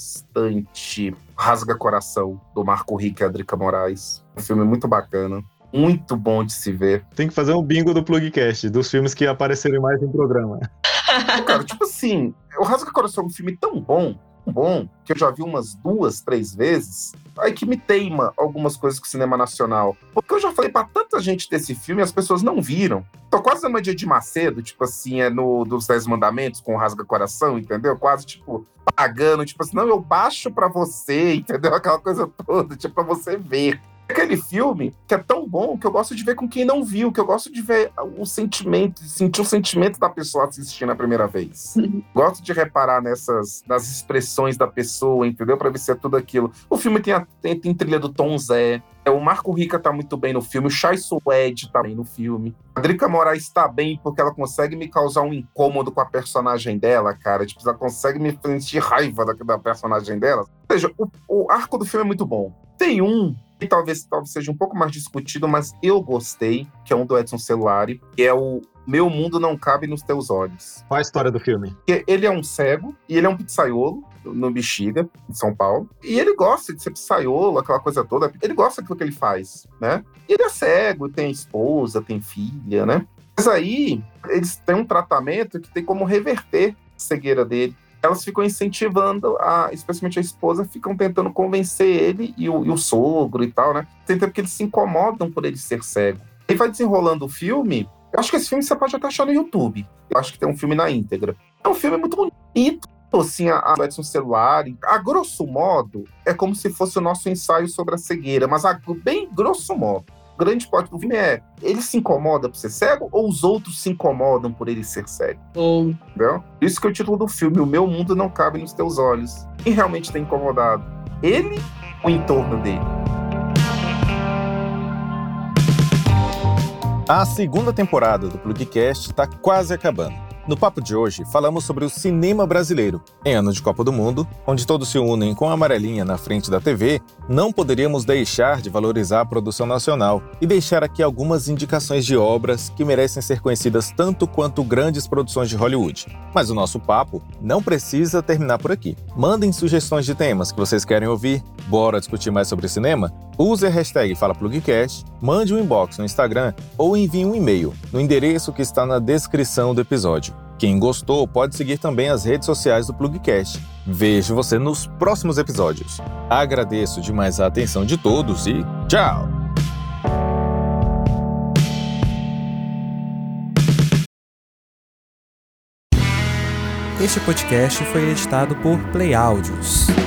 bastante, Rasga Coração, do Marco Rica e a Drica Moraes. Um filme muito bacana, muito bom de se ver. Tem que fazer um bingo do Plugcast, dos filmes que apareceram mais no programa. Cara, tipo assim, o Rasga Coração é um filme tão bom, bom, que eu já vi umas duas, três vezes, aí que me teima algumas coisas com o cinema nacional. Porque eu já falei pra tanta gente desse filme e as pessoas não viram. Tô quase na Mandia de Macedo, tipo assim, é no dos Dez Mandamentos com o Rasga Coração, entendeu? Quase, tipo, pagando, tipo assim, não, eu baixo pra você, entendeu? Aquela coisa toda, tipo, pra você ver. Aquele filme que é tão bom que eu gosto de ver com quem não viu, que eu gosto de ver o sentimento, sentir o sentimento da pessoa assistindo a primeira vez. Gosto de reparar nessas, nas expressões da pessoa, entendeu? Pra ver se é tudo aquilo. O filme tem, a, tem, tem trilha do Tom Zé, o Marco Rica tá muito bem no filme, o Chai Suede tá bem no filme. A Drica Moraes tá bem porque ela consegue me causar um incômodo com a personagem dela, cara. Tipo, ela consegue me sentir raiva da, da personagem dela. Ou seja, o, o arco do filme é muito bom. Tem um que talvez, talvez seja um pouco mais discutido, mas eu gostei, que é um do Edson Celulari, que é o Meu Mundo Não Cabe Nos Teus Olhos. Qual a história do filme? Ele é um cego, e ele é um pizzaiolo, no Bexiga, em São Paulo, e ele gosta de ser pizzaiolo, aquela coisa toda, ele gosta daquilo que ele faz, né? E ele é cego, tem esposa, tem filha, né? Mas aí, eles têm um tratamento que tem como reverter a cegueira dele. Elas ficam incentivando, a, especialmente a esposa, ficam tentando convencer ele e o, e o sogro e tal, né? Tem tempo que eles se incomodam por ele ser cego. E vai desenrolando o filme. Eu acho que esse filme você pode até achar no YouTube. Eu acho que tem um filme na íntegra. É um filme muito bonito, assim, a, a Edson Celulari. A grosso modo, é como se fosse o nosso ensaio sobre a cegueira, mas a, bem grosso modo. O grande ponto do filme é, ele se incomoda por ser cego ou os outros se incomodam por ele ser cego? Oh. Entendeu? Isso que é o título do filme, O Meu Mundo Não Cabe Nos Teus Olhos. Quem realmente tem incomodado? Ele ou o entorno dele? A segunda temporada do Plugcast está quase acabando. No papo de hoje, falamos sobre o cinema brasileiro. Em ano de Copa do Mundo, onde todos se unem com a amarelinha na frente da T V, não poderíamos deixar de valorizar a produção nacional e deixar aqui algumas indicações de obras que merecem ser conhecidas tanto quanto grandes produções de Hollywood. Mas o nosso papo não precisa terminar por aqui. Mandem sugestões de temas que vocês querem ouvir. Bora discutir mais sobre cinema? Use a hashtag FalaPlugcast, mande um inbox no Instagram ou envie um e-mail no endereço que está na descrição do episódio. Quem gostou pode seguir também as redes sociais do Plugcast. Vejo você nos próximos episódios. Agradeço demais a atenção de todos e tchau! Este podcast foi editado por Play Áudios.